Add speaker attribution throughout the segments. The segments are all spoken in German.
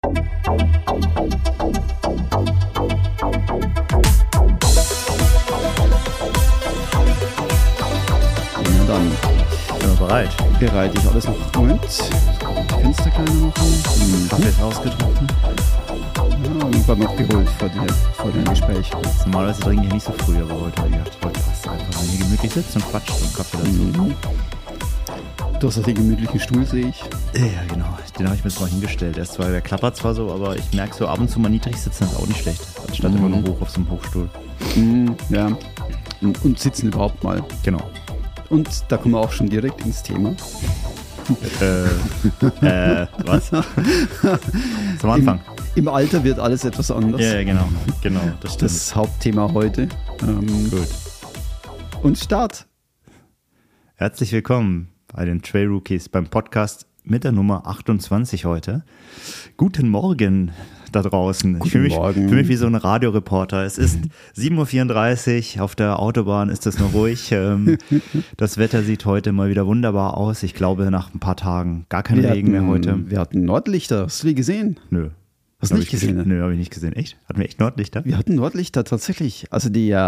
Speaker 1: Dann
Speaker 2: sind wir bereit.
Speaker 1: Bereite ich alles noch. Moment. Die Fenster kleiner machen.
Speaker 2: Kaffee ist ausgetrunken.
Speaker 1: Ja, und war noch geholt vor dem Gespräch.
Speaker 2: Normalerweise trinke ich nicht so früh, aber heute habe ich gedacht, heute passt einfach mal hier gemütlich sitzen und quatscht und Kaffee dazu.
Speaker 1: Du hast auch den gemütlichen Stuhl, sehe ich.
Speaker 2: Ja, genau. Den habe ich mir jetzt mal hingestellt. Der klappert zwar so, aber ich merke so, ab und zu mal niedrig sitzen ist auch nicht schlecht. Anstatt immer nur hoch auf so einem Hochstuhl.
Speaker 1: Ja. Und sitzen überhaupt mal.
Speaker 2: Genau.
Speaker 1: Und da kommen wir auch schon direkt ins Thema.
Speaker 2: Was? Zum Anfang.
Speaker 1: Im Alter wird alles etwas anders.
Speaker 2: Ja, genau, das stimmt.
Speaker 1: Das Hauptthema heute.
Speaker 2: Gut.
Speaker 1: Und Start.
Speaker 2: Herzlich willkommen bei den Trail Rookies beim Podcast mit der Nummer 28 heute. Guten Morgen da draußen. Ich fühle mich wie so ein Radioreporter. Es ist 7.34 Uhr, auf der Autobahn ist es noch ruhig. Das Wetter sieht heute mal wieder wunderbar aus. Ich glaube, nach ein paar Tagen gar kein Regen mehr heute.
Speaker 1: Wir hatten Nordlichter. Hast du die gesehen?
Speaker 2: Nö.
Speaker 1: Hast du nicht gesehen? Ne?
Speaker 2: Nö, habe ich nicht gesehen. Echt? Hatten wir echt Nordlichter?
Speaker 1: Wir hatten Nordlichter tatsächlich. Also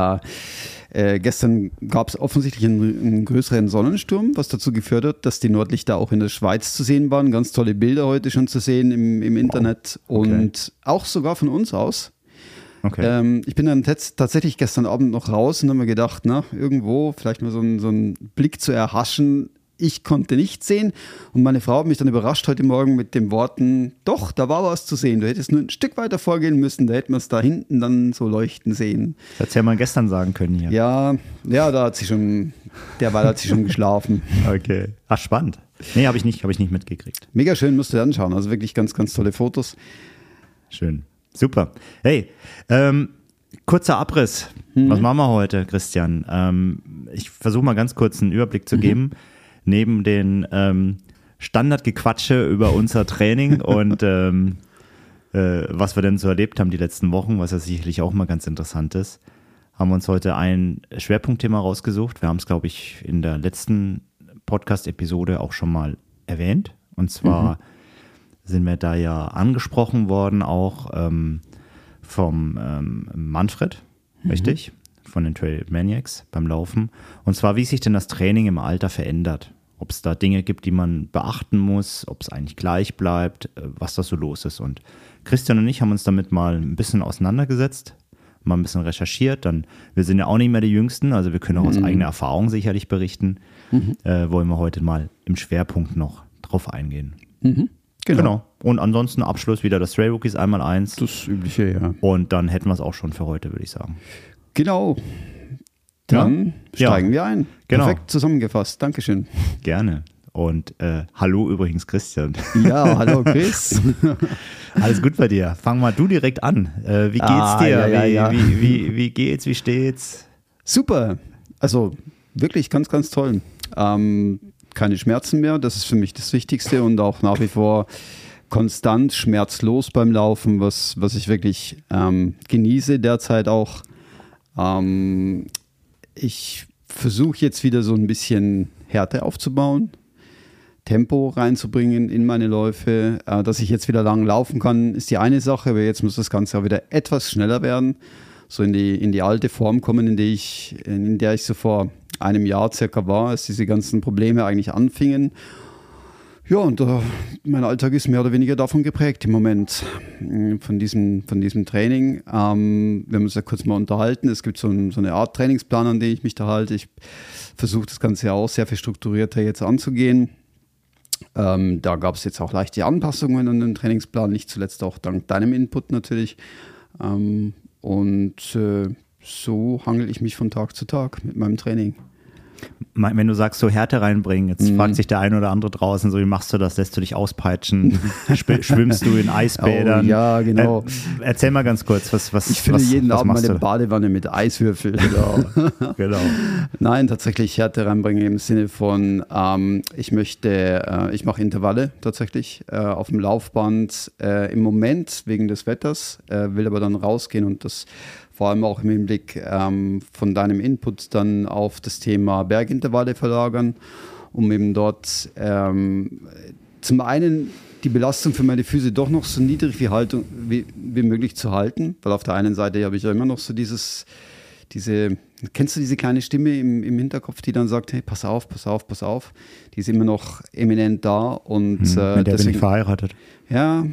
Speaker 1: gestern gab es offensichtlich einen größeren Sonnensturm, was dazu geführt hat, dass die Nordlichter auch in der Schweiz zu sehen waren. Ganz tolle Bilder heute schon zu sehen im Internet.
Speaker 2: Wow. Okay.
Speaker 1: Und auch sogar von uns aus.
Speaker 2: Okay.
Speaker 1: Ich bin dann tatsächlich gestern Abend noch raus und habe mir gedacht, irgendwo vielleicht mal so einen Blick zu erhaschen. Ich konnte nichts sehen und meine Frau hat mich dann überrascht heute Morgen mit den Worten, doch, da war was zu sehen. Du hättest nur ein Stück weiter vorgehen müssen, da hätten wir es da hinten dann so leuchten sehen.
Speaker 2: Das hättest du ja mal gestern sagen können hier.
Speaker 1: Ja, da hat sie schon, derweil hat sie schon geschlafen.
Speaker 2: Okay. Ach, spannend. Nee, habe ich nicht mitgekriegt.
Speaker 1: Mega schön, musst du dir anschauen. Also wirklich ganz, ganz tolle Fotos.
Speaker 2: Schön. Super. Hey, kurzer Abriss. Was machen wir heute, Christian? Ich versuche mal ganz kurz einen Überblick zu geben. Neben den Standardgequatsche über unser Training und was wir denn so erlebt haben die letzten Wochen, was ja sicherlich auch mal ganz interessant ist, haben wir uns heute ein Schwerpunktthema rausgesucht. Wir haben es, glaube ich, in der letzten Podcast-Episode auch schon mal erwähnt. Und zwar sind wir da ja angesprochen worden, auch vom Manfred, richtig? Von den Trail Maniacs beim Laufen. Und zwar, wie sich denn das Training im Alter verändert. Ob es da Dinge gibt, die man beachten muss, ob es eigentlich gleich bleibt, was da so los ist. Und Christian und ich haben uns damit mal ein bisschen auseinandergesetzt, mal ein bisschen recherchiert. Wir sind ja auch nicht mehr die Jüngsten, also wir können auch aus eigener Erfahrung sicherlich berichten. Wollen wir heute mal im Schwerpunkt noch drauf eingehen. Genau. Und ansonsten Abschluss wieder das Trail Rookies 1x1.
Speaker 1: Das Übliche, ja.
Speaker 2: Und dann hätten wir es auch schon für heute, würde ich sagen.
Speaker 1: Genau. Dann steigen wir ein.
Speaker 2: Genau.
Speaker 1: Perfekt zusammengefasst. Dankeschön.
Speaker 2: Gerne. Und hallo übrigens, Christian.
Speaker 1: Ja, hallo Chris.
Speaker 2: Alles gut bei dir? Fang mal du direkt an. Wie geht's dir?
Speaker 1: Ja.
Speaker 2: Wie geht's? Wie steht's?
Speaker 1: Super. Also wirklich ganz, ganz toll. Keine Schmerzen mehr. Das ist für mich das Wichtigste und auch nach wie vor konstant schmerzlos beim Laufen, was ich wirklich genieße derzeit auch. Ich versuche jetzt wieder so ein bisschen Härte aufzubauen, Tempo reinzubringen in meine Läufe. Dass ich jetzt wieder lang laufen kann, ist die eine Sache, aber jetzt muss das Ganze auch wieder etwas schneller werden, so in die alte Form kommen, in der ich so vor einem Jahr circa war, als diese ganzen Probleme eigentlich anfingen. Ja, und mein Alltag ist mehr oder weniger davon geprägt im Moment, von diesem Training. Wir haben uns ja kurz mal unterhalten. Es gibt so eine Art Trainingsplan, an den ich mich da halte. Ich versuche das Ganze auch sehr viel strukturierter jetzt anzugehen. Da gab es jetzt auch leichte Anpassungen an den Trainingsplan, nicht zuletzt auch dank deinem Input natürlich. So hangel ich mich von Tag zu Tag mit meinem Training.
Speaker 2: Wenn du sagst, so Härte reinbringen, jetzt fragt sich der eine oder andere draußen, so wie machst du das? Lässt du dich auspeitschen? Schwimmst du in Eisbädern?
Speaker 1: Oh, ja, genau.
Speaker 2: Erzähl mal ganz kurz,
Speaker 1: ich fülle jeden Abend meine Badewanne mit Eiswürfel.
Speaker 2: Genau.
Speaker 1: Nein, tatsächlich Härte reinbringen im Sinne von, ich mache Intervalle tatsächlich auf dem Laufband im Moment wegen des Wetters, will aber dann rausgehen und das vor allem auch im Hinblick von deinem Input dann auf das Thema Bergintervalle verlagern, um eben dort zum einen die Belastung für meine Füße doch noch so niedrig wie möglich zu halten, weil auf der einen Seite habe ich ja immer noch so kennst du diese kleine Stimme im Hinterkopf, die dann sagt, hey, pass auf, pass auf, pass auf. Die ist immer noch eminent da und
Speaker 2: mit der
Speaker 1: deswegen,
Speaker 2: bin ich verheiratet.
Speaker 1: Ja.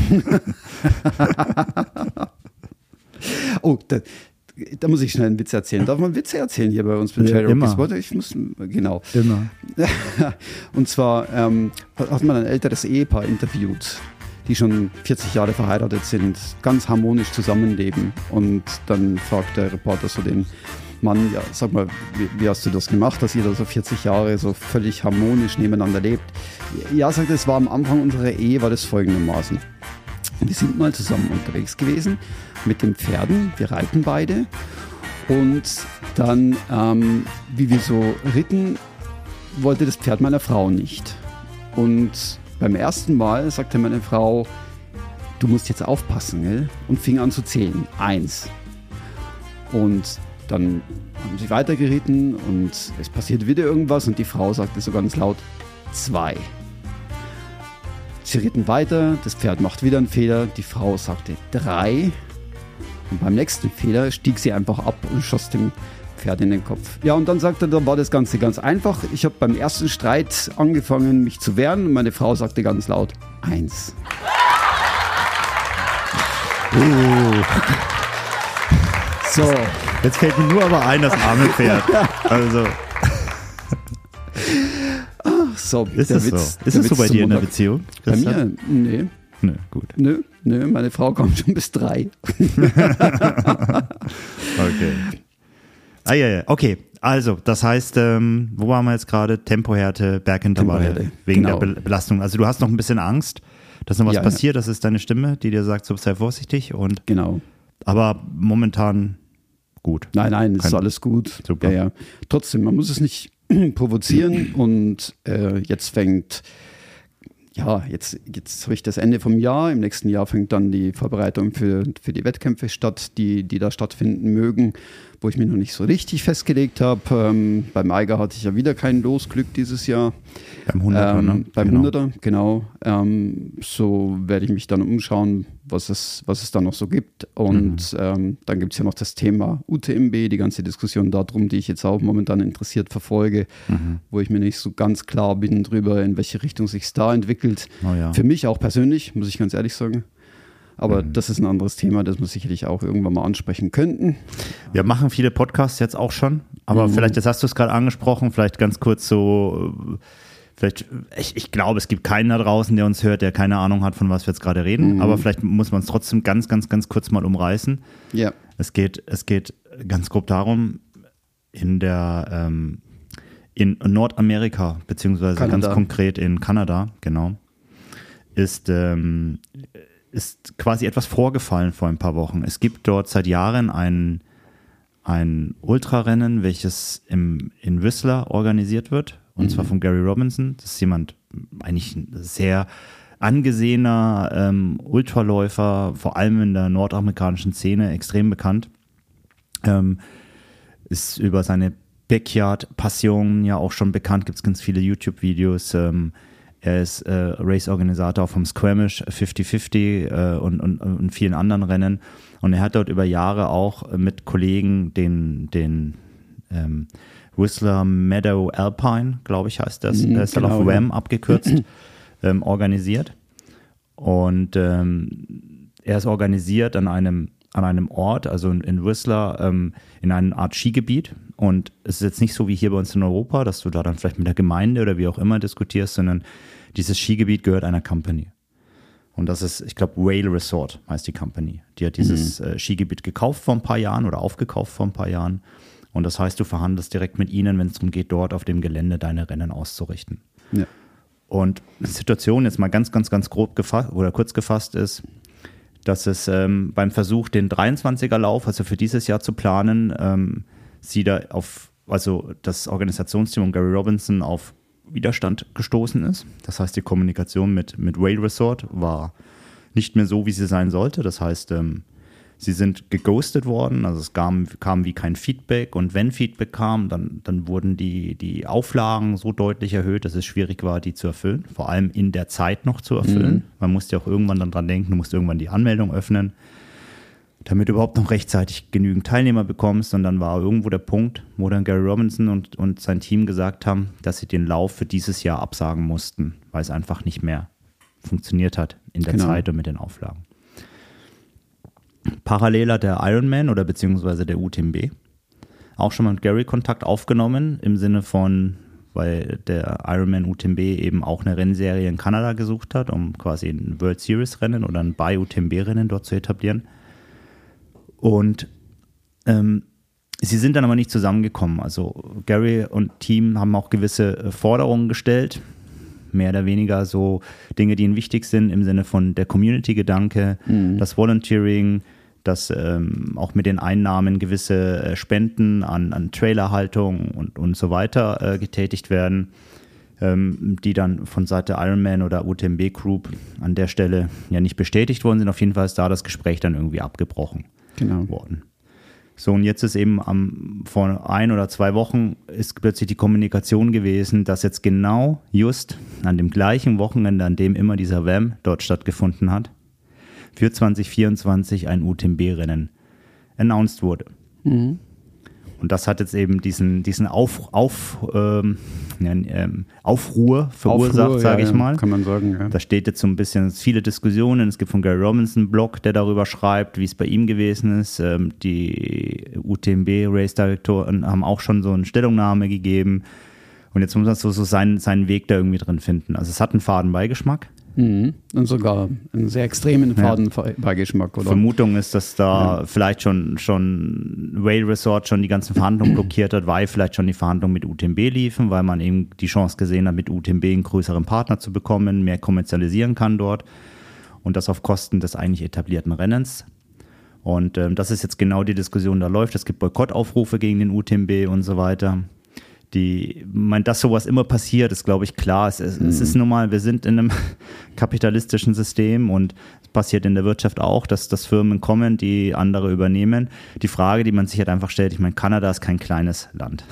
Speaker 1: Oh, da muss ich schnell einen Witz erzählen. Darf man Witze erzählen hier bei uns bei Trail Rockies? Genau.
Speaker 2: Immer.
Speaker 1: Und zwar hat man ein älteres Ehepaar interviewt, die schon 40 Jahre verheiratet sind, ganz harmonisch zusammenleben. Und dann fragt der Reporter so den Mann, ja, sag mal, wie hast du das gemacht, dass ihr da so 40 Jahre so völlig harmonisch nebeneinander lebt? Ja, sagt er, es war am Anfang unserer Ehe, war das folgendermaßen. Wir sind mal zusammen unterwegs gewesen mit den Pferden, wir reiten beide und dann, wie wir so ritten, wollte das Pferd meiner Frau nicht. Und beim ersten Mal sagte meine Frau, du musst jetzt aufpassen, gell? Und fing an zu zählen. 1. Und dann haben sie weitergeritten und es passiert wieder irgendwas und die Frau sagte so ganz laut 2. Sie ritten weiter, das Pferd macht wieder einen Fehler, die Frau sagte 3 und beim nächsten Fehler stieg sie einfach ab und schoss dem Pferd in den Kopf. Ja, und dann sagte er, dann war das Ganze ganz einfach. Ich habe beim ersten Streit angefangen, mich zu wehren und meine Frau sagte ganz laut 1.
Speaker 2: So. Jetzt fällt mir nur aber ein, das arme Pferd. Also.
Speaker 1: Ach, so,
Speaker 2: ist das so? Ist das so bei dir in der Beziehung?
Speaker 1: Bei mir? Nee.
Speaker 2: Nö, gut.
Speaker 1: Nö, meine Frau kommt schon bis 3.
Speaker 2: Okay. Ja. Okay, also das heißt, wo waren wir jetzt gerade? Tempohärte, Bergintervalle, wegen der Belastung. Also du hast noch ein bisschen Angst, dass noch was passiert. Ja. Das ist deine Stimme, die dir sagt, so sei vorsichtig. Und
Speaker 1: genau.
Speaker 2: Aber momentan gut.
Speaker 1: Nein, ist alles gut.
Speaker 2: Super.
Speaker 1: Ja. Trotzdem, man muss es nicht provozieren und jetzt habe ich das Ende vom Jahr. Im nächsten Jahr fängt dann die Vorbereitung für die Wettkämpfe statt, die da stattfinden mögen, wo ich mich noch nicht so richtig festgelegt habe. Beim Eiger hatte ich ja wieder kein Losglück dieses Jahr.
Speaker 2: Beim 100er, ne?
Speaker 1: Beim 100er, genau. So werde ich mich dann umschauen, was es da noch so gibt. Und dann gibt es ja noch das Thema UTMB, die ganze Diskussion darum, die ich jetzt auch momentan interessiert verfolge, wo ich mir nicht so ganz klar bin drüber, in welche Richtung sich es da entwickelt.
Speaker 2: Oh ja.
Speaker 1: Für mich auch persönlich, muss ich ganz ehrlich sagen. Aber das ist ein anderes Thema, das wir sicherlich auch irgendwann mal ansprechen könnten.
Speaker 2: Wir machen viele Podcasts jetzt auch schon, aber vielleicht, jetzt hast du es gerade angesprochen, vielleicht ganz kurz so, ich glaube, es gibt keinen da draußen, der uns hört, der keine Ahnung hat, von was wir jetzt gerade reden, aber vielleicht muss man es trotzdem ganz, ganz, ganz kurz mal umreißen.
Speaker 1: Ja.
Speaker 2: Es geht ganz grob darum, in Nordamerika, beziehungsweise
Speaker 1: Kanada.
Speaker 2: Ganz konkret in Kanada, genau, ist quasi etwas vorgefallen vor ein paar Wochen. Es gibt dort seit Jahren ein Ultrarennen, welches in Whistler organisiert wird, und zwar von Gary Robinson. Das ist jemand, eigentlich ein sehr angesehener Ultraläufer, vor allem in der nordamerikanischen Szene extrem bekannt. Ist über seine Backyard-Passion ja auch schon bekannt, gibt es ganz viele YouTube-Videos. Er ist Race-Organisator vom Squamish 50-50 und vielen anderen Rennen. Und er hat dort über Jahre auch mit Kollegen den Whistler Meadow Alpine, glaube ich, heißt das, Cell of Wham abgekürzt, organisiert. Und er ist organisiert an einem Ort, also in Whistler, in einer Art Skigebiet. Und es ist jetzt nicht so wie hier bei uns in Europa, dass du da dann vielleicht mit der Gemeinde oder wie auch immer diskutierst, sondern dieses Skigebiet gehört einer Company. Und das ist, ich glaube, Whale Resort heißt die Company. Die hat dieses Skigebiet gekauft vor ein paar Jahren oder aufgekauft vor ein paar Jahren. Und das heißt, du verhandelst direkt mit ihnen, wenn es darum geht, dort auf dem Gelände deine Rennen auszurichten.
Speaker 1: Ja.
Speaker 2: Und die Situation jetzt mal ganz, ganz, ganz grob gefasst oder kurz gefasst ist, dass es beim Versuch, den 23er-Lauf, also für dieses Jahr zu planen, das Organisationsteam um Gary Robinson auf Widerstand gestoßen ist. Das heißt, die Kommunikation mit Whale Resort war nicht mehr so, wie sie sein sollte. Das heißt, Sie sind geghostet worden, also es kam wie kein Feedback und wenn Feedback kam, dann wurden die Auflagen so deutlich erhöht, dass es schwierig war, die zu erfüllen, vor allem in der Zeit noch zu erfüllen. Man musste ja auch irgendwann dann dran denken, du musst irgendwann die Anmeldung öffnen, damit du überhaupt noch rechtzeitig genügend Teilnehmer bekommst. Und dann war irgendwo der Punkt, wo dann Gary Robinson und sein Team gesagt haben, dass sie den Lauf für dieses Jahr absagen mussten, weil es einfach nicht mehr funktioniert hat in der Zeit und mit den Auflagen. Parallel hat der Ironman oder beziehungsweise der UTMB auch schon mal mit Gary Kontakt aufgenommen, im Sinne von, weil der Ironman UTMB eben auch eine Rennserie in Kanada gesucht hat, um quasi ein World Series Rennen oder ein Bi-UTMB-Rennen dort zu etablieren. Und sie sind dann aber nicht zusammengekommen. Also Gary und Team haben auch gewisse Forderungen gestellt, mehr oder weniger so Dinge, die ihnen wichtig sind im Sinne von der Community-Gedanke, das Volunteering, dass auch mit den Einnahmen gewisse Spenden an Trailerhaltung und so weiter getätigt werden, die dann von Seite Ironman oder UTMB Group an der Stelle ja nicht bestätigt worden sind. Auf jeden Fall ist da das Gespräch dann irgendwie abgebrochen worden. So, und jetzt ist eben vor 1 oder 2 Wochen ist plötzlich die Kommunikation gewesen, dass jetzt genau just an dem gleichen Wochenende, an dem immer dieser WAM dort stattgefunden hat, für 2024 ein UTMB-Rennen announced wurde. Und das hat jetzt eben diesen Aufruhr verursacht, sage ich mal.
Speaker 1: Kann man sagen, ja.
Speaker 2: Da steht jetzt so ein bisschen viele Diskussionen. Es gibt von Gary Robinson einen Blog, der darüber schreibt, wie es bei ihm gewesen ist. Die UTMB-Race-Direktoren haben auch schon so eine Stellungnahme gegeben. Und jetzt muss man so seinen Weg da irgendwie drin finden. Also es hat einen faden Beigeschmack.
Speaker 1: Und sogar einen sehr extremen Fadenbeigeschmack, oder?
Speaker 2: Vermutung ist, dass da vielleicht schon Whale Resort schon die ganzen Verhandlungen blockiert hat, weil vielleicht schon die Verhandlungen mit UTMB liefen, weil man eben die Chance gesehen hat, mit UTMB einen größeren Partner zu bekommen, mehr kommerzialisieren kann dort und das auf Kosten des eigentlich etablierten Rennens. Und das ist jetzt genau die Diskussion, da läuft. Es gibt Boykottaufrufe gegen den UTMB und so weiter. Dass sowas immer passiert, ist, glaube ich, klar. Es ist nun mal, wir sind in einem kapitalistischen System und es passiert in der Wirtschaft auch, dass Firmen kommen, die andere übernehmen. Die Frage, die man sich halt einfach stellt, ich meine, Kanada ist kein kleines Land.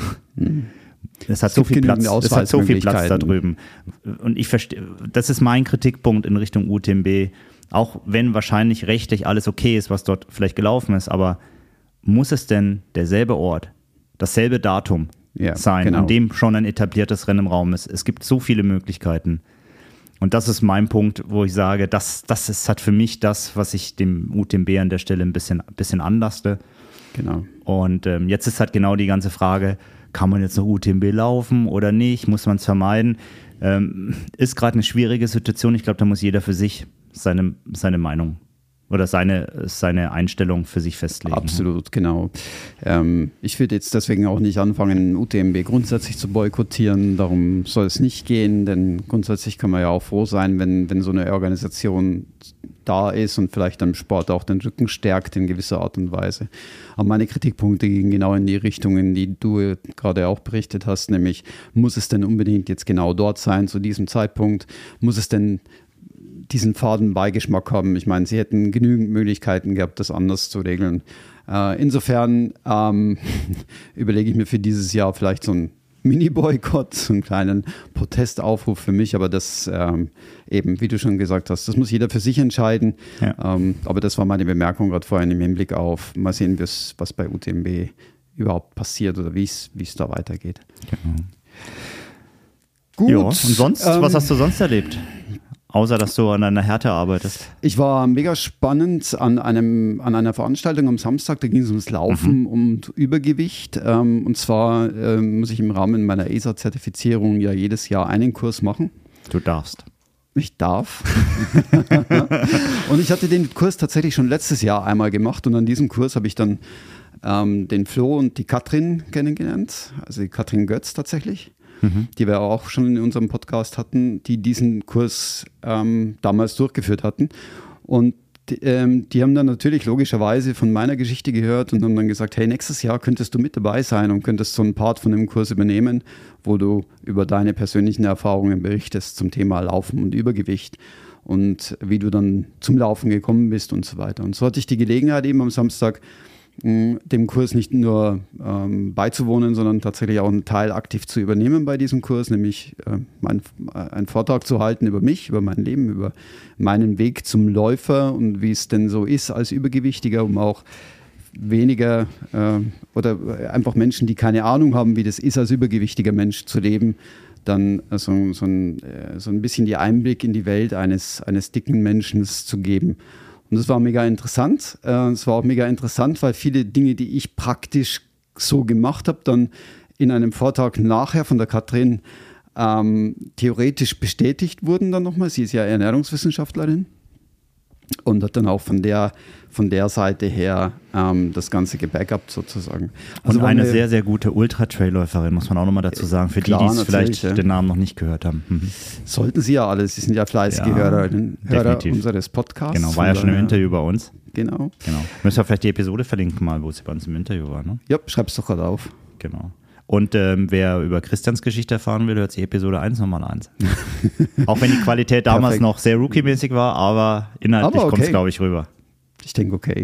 Speaker 2: Es hat so viel Platz da drüben. Und ich verstehe, das ist mein Kritikpunkt in Richtung UTMB, auch wenn wahrscheinlich rechtlich alles okay ist, was dort vielleicht gelaufen ist, aber muss es denn derselbe Ort, dasselbe Datum sein, an dem schon ein etabliertes Rennen im Raum ist? Es gibt so viele Möglichkeiten. Und das ist mein Punkt, wo ich sage, das ist halt für mich das, was ich dem UTMB an der Stelle ein bisschen anlasste.
Speaker 1: Genau.
Speaker 2: Und jetzt ist halt genau die ganze Frage, kann man jetzt noch UTMB laufen oder nicht? Muss man es vermeiden? Ist gerade eine schwierige Situation. Ich glaube, da muss jeder für sich seine Meinung oder seine Einstellung für sich festlegen.
Speaker 1: Absolut, genau. Ich würde jetzt deswegen auch nicht anfangen, UTMB grundsätzlich zu boykottieren. Darum soll es nicht gehen, denn grundsätzlich kann man ja auch froh sein, wenn so eine Organisation da ist und vielleicht dem Sport auch den Rücken stärkt in gewisser Art und Weise. Aber meine Kritikpunkte gehen genau in die Richtung, in die du gerade auch berichtet hast, nämlich muss es denn unbedingt jetzt genau dort sein, zu diesem Zeitpunkt? Muss es denn diesen faden Beigeschmack haben? Ich meine, sie hätten genügend Möglichkeiten gehabt, das anders zu regeln. Insofern überlege ich mir für dieses Jahr vielleicht so einen Mini-Boykott, so einen kleinen Protestaufruf für mich, aber das eben, wie du schon gesagt hast, das muss jeder für sich entscheiden. Ja. Aber das war meine Bemerkung gerade vorhin im Hinblick auf, mal sehen, was bei UTMB überhaupt passiert oder wie es da weitergeht.
Speaker 2: Genau. Gut. Ja, und sonst, was hast du sonst erlebt? Außer, dass du an einer Härte arbeitest.
Speaker 1: Ich war mega spannend an einer Veranstaltung am Samstag, da ging es ums Laufen, um Übergewicht. Und zwar muss ich im Rahmen meiner ESA-Zertifizierung ja jedes Jahr einen Kurs machen.
Speaker 2: Du darfst.
Speaker 1: Ich darf. Und ich hatte den Kurs tatsächlich schon letztes Jahr einmal gemacht und an diesem Kurs habe ich dann den Flo und die Katrin kennengelernt, also die Katrin Götz tatsächlich. Die wir auch schon in unserem Podcast hatten, die diesen Kurs damals durchgeführt hatten. Und die haben dann natürlich logischerweise von meiner Geschichte gehört und haben dann gesagt, hey, nächstes Jahr könntest du mit dabei sein und könntest so einen Part von dem Kurs übernehmen, wo du über deine persönlichen Erfahrungen berichtest zum Thema Laufen und Übergewicht. und wie du dann zum Laufen gekommen bist und so weiter. Und so hatte ich die Gelegenheit eben am Samstag, dem Kurs nicht nur beizuwohnen, sondern tatsächlich auch einen Teil aktiv zu übernehmen bei diesem Kurs, nämlich einen Vortrag zu halten über mich, über mein Leben, über meinen Weg zum Läufer und wie es denn so ist als Übergewichtiger, um auch weniger oder einfach Menschen, die keine Ahnung haben, wie das ist, als übergewichtiger Mensch zu leben, dann so ein bisschen die Einblick in die Welt eines dicken Menschen zu geben. Und das war mega interessant. Es war auch mega interessant, weil viele Dinge, die ich praktisch so gemacht habe, dann in einem Vortrag nachher von der Katrin theoretisch bestätigt wurden dann nochmal. Sie ist ja Ernährungswissenschaftlerin und hat dann auch von der Seite her das Ganze gebackupt sozusagen.
Speaker 2: Also und eine sehr, sehr gute Ultra-Trailläuferin, muss man auch nochmal dazu sagen, für klar, die es vielleicht den Namen noch nicht gehört haben.
Speaker 1: Sollten sie ja alle, sie sind ja fleißige Hörer unseres Podcasts.
Speaker 2: Genau, war ja schon im Interview bei uns.
Speaker 1: Genau.
Speaker 2: Müssen wir vielleicht die Episode verlinken mal, wo sie bei uns im Interview war, ne?
Speaker 1: Ja, schreib's doch gerade auf.
Speaker 2: Genau. Und wer über Christians Geschichte erfahren will, hört sich Episode 1 nochmal 1. Auch wenn die Qualität damals noch sehr Rookie-mäßig war, aber inhaltlich kommt es, glaube ich, rüber.
Speaker 1: Ich denke, okay.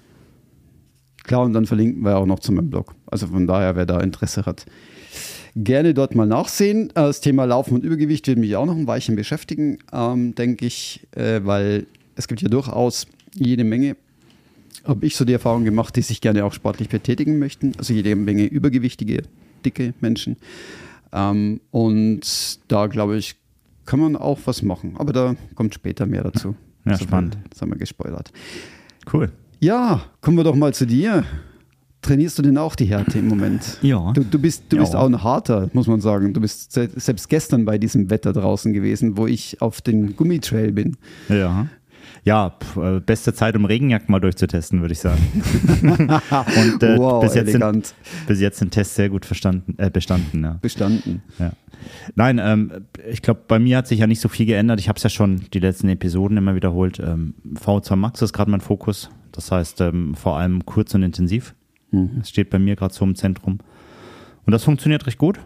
Speaker 1: Klar, und dann verlinken wir auch noch zu meinem Blog. Also von daher, wer da Interesse hat, gerne dort mal nachsehen. Das Thema Laufen und Übergewicht wird mich auch noch ein Weilchen beschäftigen, denke ich, weil es gibt ja durchaus jede Menge, habe ich so die Erfahrung gemacht, die sich gerne auch sportlich betätigen möchten. Also jede Menge übergewichtige, dicke Menschen. Und da, glaube ich, kann man auch was machen. Aber da kommt später mehr dazu.
Speaker 2: Ja, spannend.
Speaker 1: Das haben wir gespoilert.
Speaker 2: Cool.
Speaker 1: Ja, kommen wir doch mal zu dir. Trainierst du denn auch die Härte im Moment?
Speaker 2: Ja.
Speaker 1: Du bist auch ein Harter, muss man sagen. Du bist selbst gestern bei diesem Wetter draußen gewesen, wo ich auf den Gummitrail bin.
Speaker 2: Ja. Ja, beste Zeit, um Regenjagd mal durchzutesten, würde ich sagen. Und
Speaker 1: wow,
Speaker 2: bis jetzt den Test sehr gut bestanden. Ja.
Speaker 1: Bestanden.
Speaker 2: Ja. Nein, ich glaube, bei mir hat sich ja nicht so viel geändert. Ich habe es ja schon die letzten Episoden immer wiederholt. VO2 Max ist gerade mein Fokus. Das heißt, vor allem kurz und intensiv. Das steht bei mir gerade so im Zentrum. Und das funktioniert recht gut.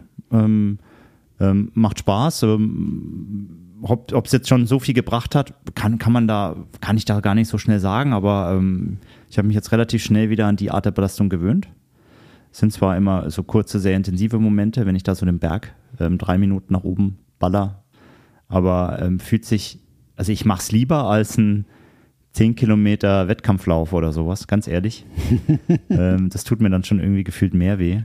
Speaker 2: Macht Spaß. Ob es jetzt schon so viel gebracht hat, kann ich da gar nicht so schnell sagen, aber ich habe mich jetzt relativ schnell wieder an die Art der Belastung gewöhnt. Es sind zwar immer so kurze, sehr intensive Momente, wenn ich da so den Berg 3 Minuten nach oben baller, aber fühlt sich, also ich mache es lieber als ein 10 Kilometer Wettkampflauf oder sowas, ganz ehrlich. Das tut mir dann schon irgendwie gefühlt mehr weh.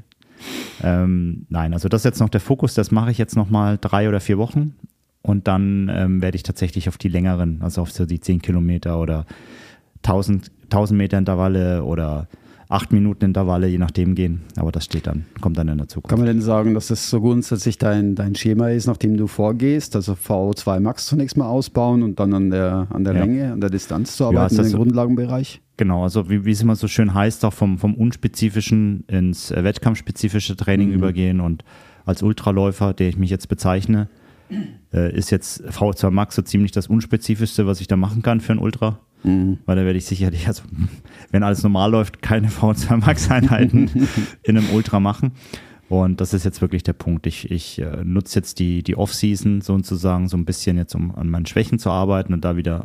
Speaker 2: Nein, also das ist jetzt noch der Fokus, das mache ich jetzt noch mal 3 oder 4 Wochen. Und dann werde ich tatsächlich auf die längeren, also auf so die 10 Kilometer oder 1000 Meter Intervalle oder 8 Minuten Intervalle, je nachdem gehen. Aber das kommt dann in der Zukunft.
Speaker 1: Kann man denn sagen, dass das so grundsätzlich dein Schema ist, nach dem du vorgehst? Also VO2 Max zunächst mal ausbauen und dann an der Länge, an der Distanz zu arbeiten, in den Grundlagenbereich?
Speaker 2: Genau, also wie es immer so schön heißt, auch vom unspezifischen ins wettkampfspezifische Training übergehen. Und als Ultraläufer, der ich mich jetzt bezeichne, ist jetzt VO2 Max so ziemlich das Unspezifischste, was ich da machen kann für ein Ultra. Weil da werde ich sicherlich, also wenn alles normal läuft, keine VO2 Max Einheiten in einem Ultra machen. Und das ist jetzt wirklich der Punkt. Ich nutze jetzt die Off-Season sozusagen so ein bisschen jetzt, um an meinen Schwächen zu arbeiten und da wieder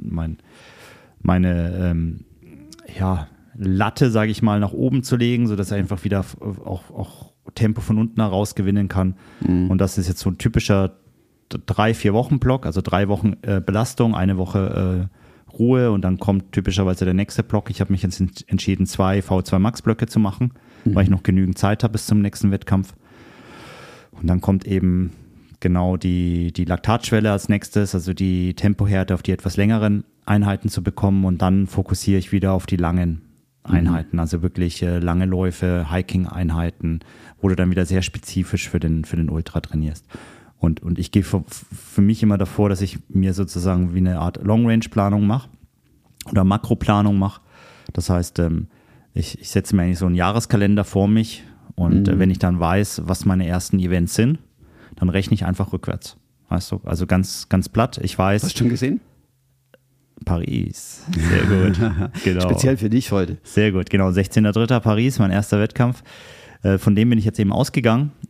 Speaker 2: meine Latte, sage ich mal, nach oben zu legen, sodass ich einfach wieder auch Tempo von unten heraus gewinnen kann. Und das ist jetzt so ein typischer 3-4 Wochen Block, also 3 Wochen Belastung, 1 Woche Ruhe und dann kommt typischerweise der nächste Block. Ich habe mich jetzt entschieden, 2 VO2 Max Blöcke zu machen, weil ich noch genügend Zeit habe bis zum nächsten Wettkampf. Und dann kommt eben genau die Laktatschwelle als nächstes, also die Tempohärte auf die etwas längeren Einheiten zu bekommen und dann fokussiere ich wieder auf die langen Einheiten, also wirklich lange Läufe, Hiking-Einheiten, wo du dann wieder sehr spezifisch für den Ultra trainierst. Und ich gehe für mich immer davor, dass ich mir sozusagen wie eine Art Long-Range-Planung mache oder Makroplanung mache. Das heißt, ich setze mir eigentlich so einen Jahreskalender vor mich und wenn ich dann weiß, was meine ersten Events sind, dann rechne ich einfach rückwärts. Weißt du, also ganz, ganz platt. Ich weiß.
Speaker 1: Hast du schon gesehen?
Speaker 2: Paris. Sehr gut. Genau.
Speaker 1: Speziell für dich heute.
Speaker 2: Sehr gut, genau. 16.03. Paris, mein erster Wettkampf. Von dem bin ich jetzt eben ausgegangen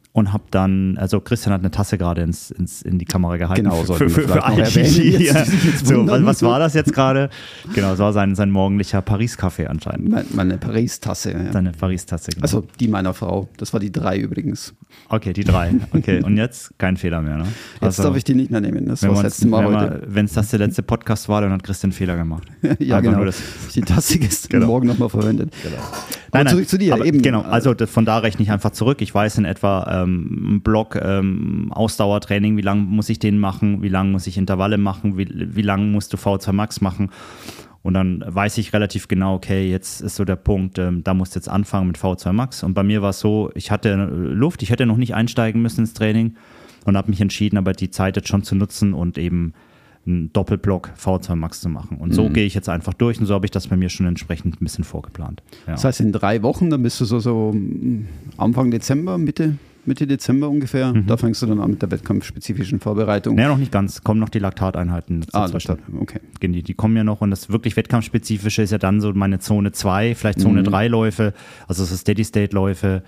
Speaker 2: und habe dann, also Christian hat eine Tasse gerade in die Kamera gehalten.
Speaker 1: Genau,
Speaker 2: für alle hier. So, was war das jetzt gerade? Genau, es war sein morgendlicher Paris-Kaffee anscheinend.
Speaker 1: Meine Paris-Tasse. Ja.
Speaker 2: Seine Paris-Tasse, genau.
Speaker 1: Also die meiner Frau. Das war die 3 übrigens.
Speaker 2: Okay, die 3. Okay, und jetzt kein Fehler mehr, ne?
Speaker 1: Jetzt darf ich die nicht mehr nehmen. Das war das letzte Mal heute.
Speaker 2: Wenn es das der letzte Podcast war, dann hat Christian Fehler gemacht.
Speaker 1: Ja,
Speaker 2: einfach
Speaker 1: genau. Die Tasse gestern Morgen nochmal verwendet.
Speaker 2: Genau.
Speaker 1: Aber zurück zu dir. Eben.
Speaker 2: Genau, also von da rechne ich einfach zurück. Ich weiß in etwa Block, Ausdauertraining, wie lange muss ich den machen, wie lange muss ich Intervalle machen, wie lange musst du V2 Max machen. Und dann weiß ich relativ genau, okay, jetzt ist so der Punkt, da musst du jetzt anfangen mit V2 Max. Und bei mir war es so, ich hatte Luft, ich hätte noch nicht einsteigen müssen ins Training und habe mich entschieden, aber die Zeit jetzt schon zu nutzen und eben einen Doppelblock V2 Max zu machen. Und so gehe ich jetzt einfach durch und so habe ich das bei mir schon entsprechend ein bisschen vorgeplant. Ja.
Speaker 1: Das heißt, in 3 Wochen, dann bist du so Anfang Dezember, Mitte Dezember ungefähr, da fängst du dann an mit der wettkampfspezifischen Vorbereitung.
Speaker 2: Ja, noch nicht ganz. Kommen noch die Laktateinheiten dazwischen.
Speaker 1: Okay.
Speaker 2: Die kommen ja noch und das wirklich wettkampfspezifische ist ja dann so meine Zone 2, vielleicht Zone 3 Läufe, also so Steady-State-Läufe,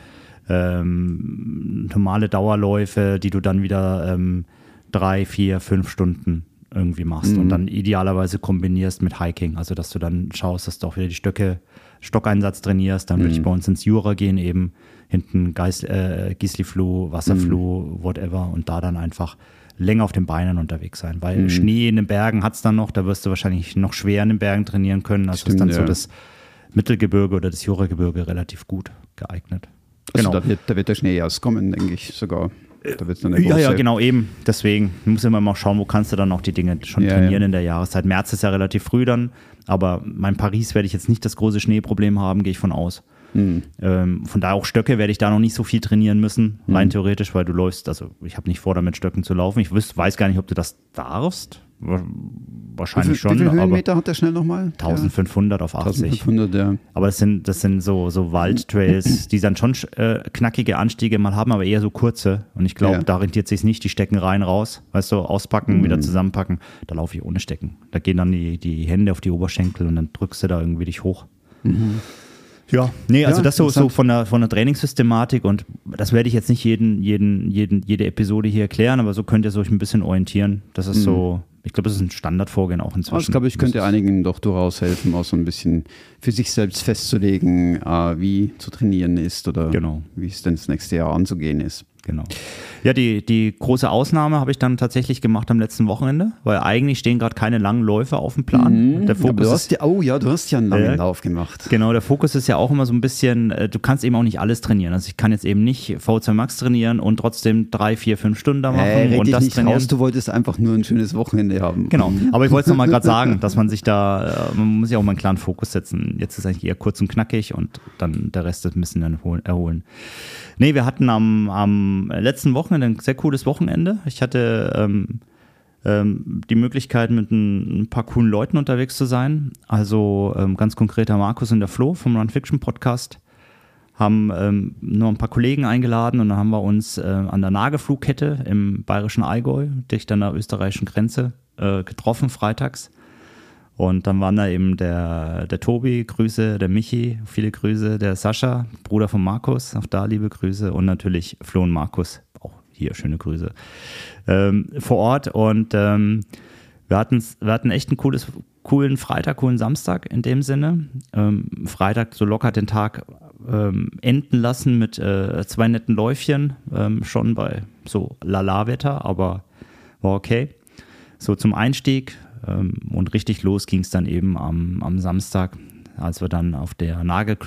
Speaker 2: normale Dauerläufe, die du dann wieder 3, 4, 5 Stunden irgendwie machst und dann idealerweise kombinierst mit Hiking, also dass du dann schaust, dass du auch wieder die Stockeinsatz trainierst, dann würde ich bei uns ins Jura gehen eben, hinten Gisli-Flu, Wasserflu, whatever und da dann einfach länger auf den Beinen unterwegs sein, weil Schnee in den Bergen hat es dann noch, da wirst du wahrscheinlich noch schwer in den Bergen trainieren können, also ist dann so das Mittelgebirge oder das Juragebirge relativ gut geeignet.
Speaker 1: Also da wird der Schnee auskommen, denke ich sogar. Da wird's dann
Speaker 2: ja, genau, eben. Deswegen muss immer mal schauen, wo kannst du dann auch die Dinge schon trainieren in der Jahreszeit. März ist ja relativ früh dann, aber mein Paris werde ich jetzt nicht das große Schneeproblem haben, gehe ich von aus. Von daher auch Stöcke werde ich da noch nicht so viel trainieren müssen, rein theoretisch, weil du läufst, also ich habe nicht vor, da mit Stöcken zu laufen. Ich weiß gar nicht, ob du das darfst. Wahrscheinlich schon.
Speaker 1: Wie viele Höhenmeter hat der schnell nochmal?
Speaker 2: 1500 auf 80.
Speaker 1: 1500, ja.
Speaker 2: Aber das sind so Waldtrails, die dann schon knackige Anstiege mal haben, aber eher so kurze. Und ich glaube, da rentiert sich nicht, die Stecken rein, raus. Weißt du, auspacken, wieder zusammenpacken. Da laufe ich ohne Stecken. Da gehen dann die Hände auf die Oberschenkel und dann drückst du da irgendwie dich hoch. Ja, nee, also das so von der Trainingssystematik und das werde ich jetzt nicht jede Episode hier erklären, aber so könnt ihr euch ein bisschen orientieren. Das ist so, ich glaube, das ist ein Standardvorgehen auch inzwischen.
Speaker 1: Ich glaube, ich könnte einigen doch durchaus helfen, auch so ein bisschen für sich selbst festzulegen, wie zu trainieren ist oder wie es denn das nächste Jahr anzugehen ist.
Speaker 2: Genau. Ja, die große Ausnahme habe ich dann tatsächlich gemacht am letzten Wochenende, weil eigentlich stehen gerade keine langen Läufe auf dem Plan. Der Fokus
Speaker 1: du hast ja einen langen Lauf gemacht.
Speaker 2: Genau, der Fokus ist ja auch immer so ein bisschen, du kannst eben auch nicht alles trainieren. Also ich kann jetzt eben nicht V2 Max trainieren und trotzdem 3, 4, 5 Stunden da machen und das
Speaker 1: nicht
Speaker 2: trainieren.
Speaker 1: Raus, du wolltest einfach nur ein schönes Wochenende haben.
Speaker 2: Genau, aber ich wollte es nochmal gerade sagen, dass man sich man muss ja auch mal einen klaren Fokus setzen. Jetzt ist eigentlich eher kurz und knackig und dann der Rest ein bisschen dann erholen. Nee, wir hatten am letzten Wochenende ein sehr cooles Wochenende. Ich hatte die Möglichkeit, mit ein paar coolen Leuten unterwegs zu sein. Also ganz konkret der Markus und der Flo vom Run Fiction Podcast haben nur ein paar Kollegen eingeladen und dann haben wir uns an der Nagelflugkette im bayerischen Allgäu, dicht an der österreichischen Grenze, getroffen freitags. Und dann waren da eben der Tobi, Grüße, der Michi, viele Grüße, der Sascha, Bruder von Markus, auch da liebe Grüße und natürlich Flo und Markus, auch hier schöne Grüße, vor Ort. Und wir hatten echt einen coolen Freitag, coolen Samstag in dem Sinne. Freitag so locker den Tag enden lassen mit 2 netten Läufchen, schon bei so Lala-Wetter, aber war okay. So zum Einstieg. Und richtig los ging es dann eben am Samstag, als wir dann auf der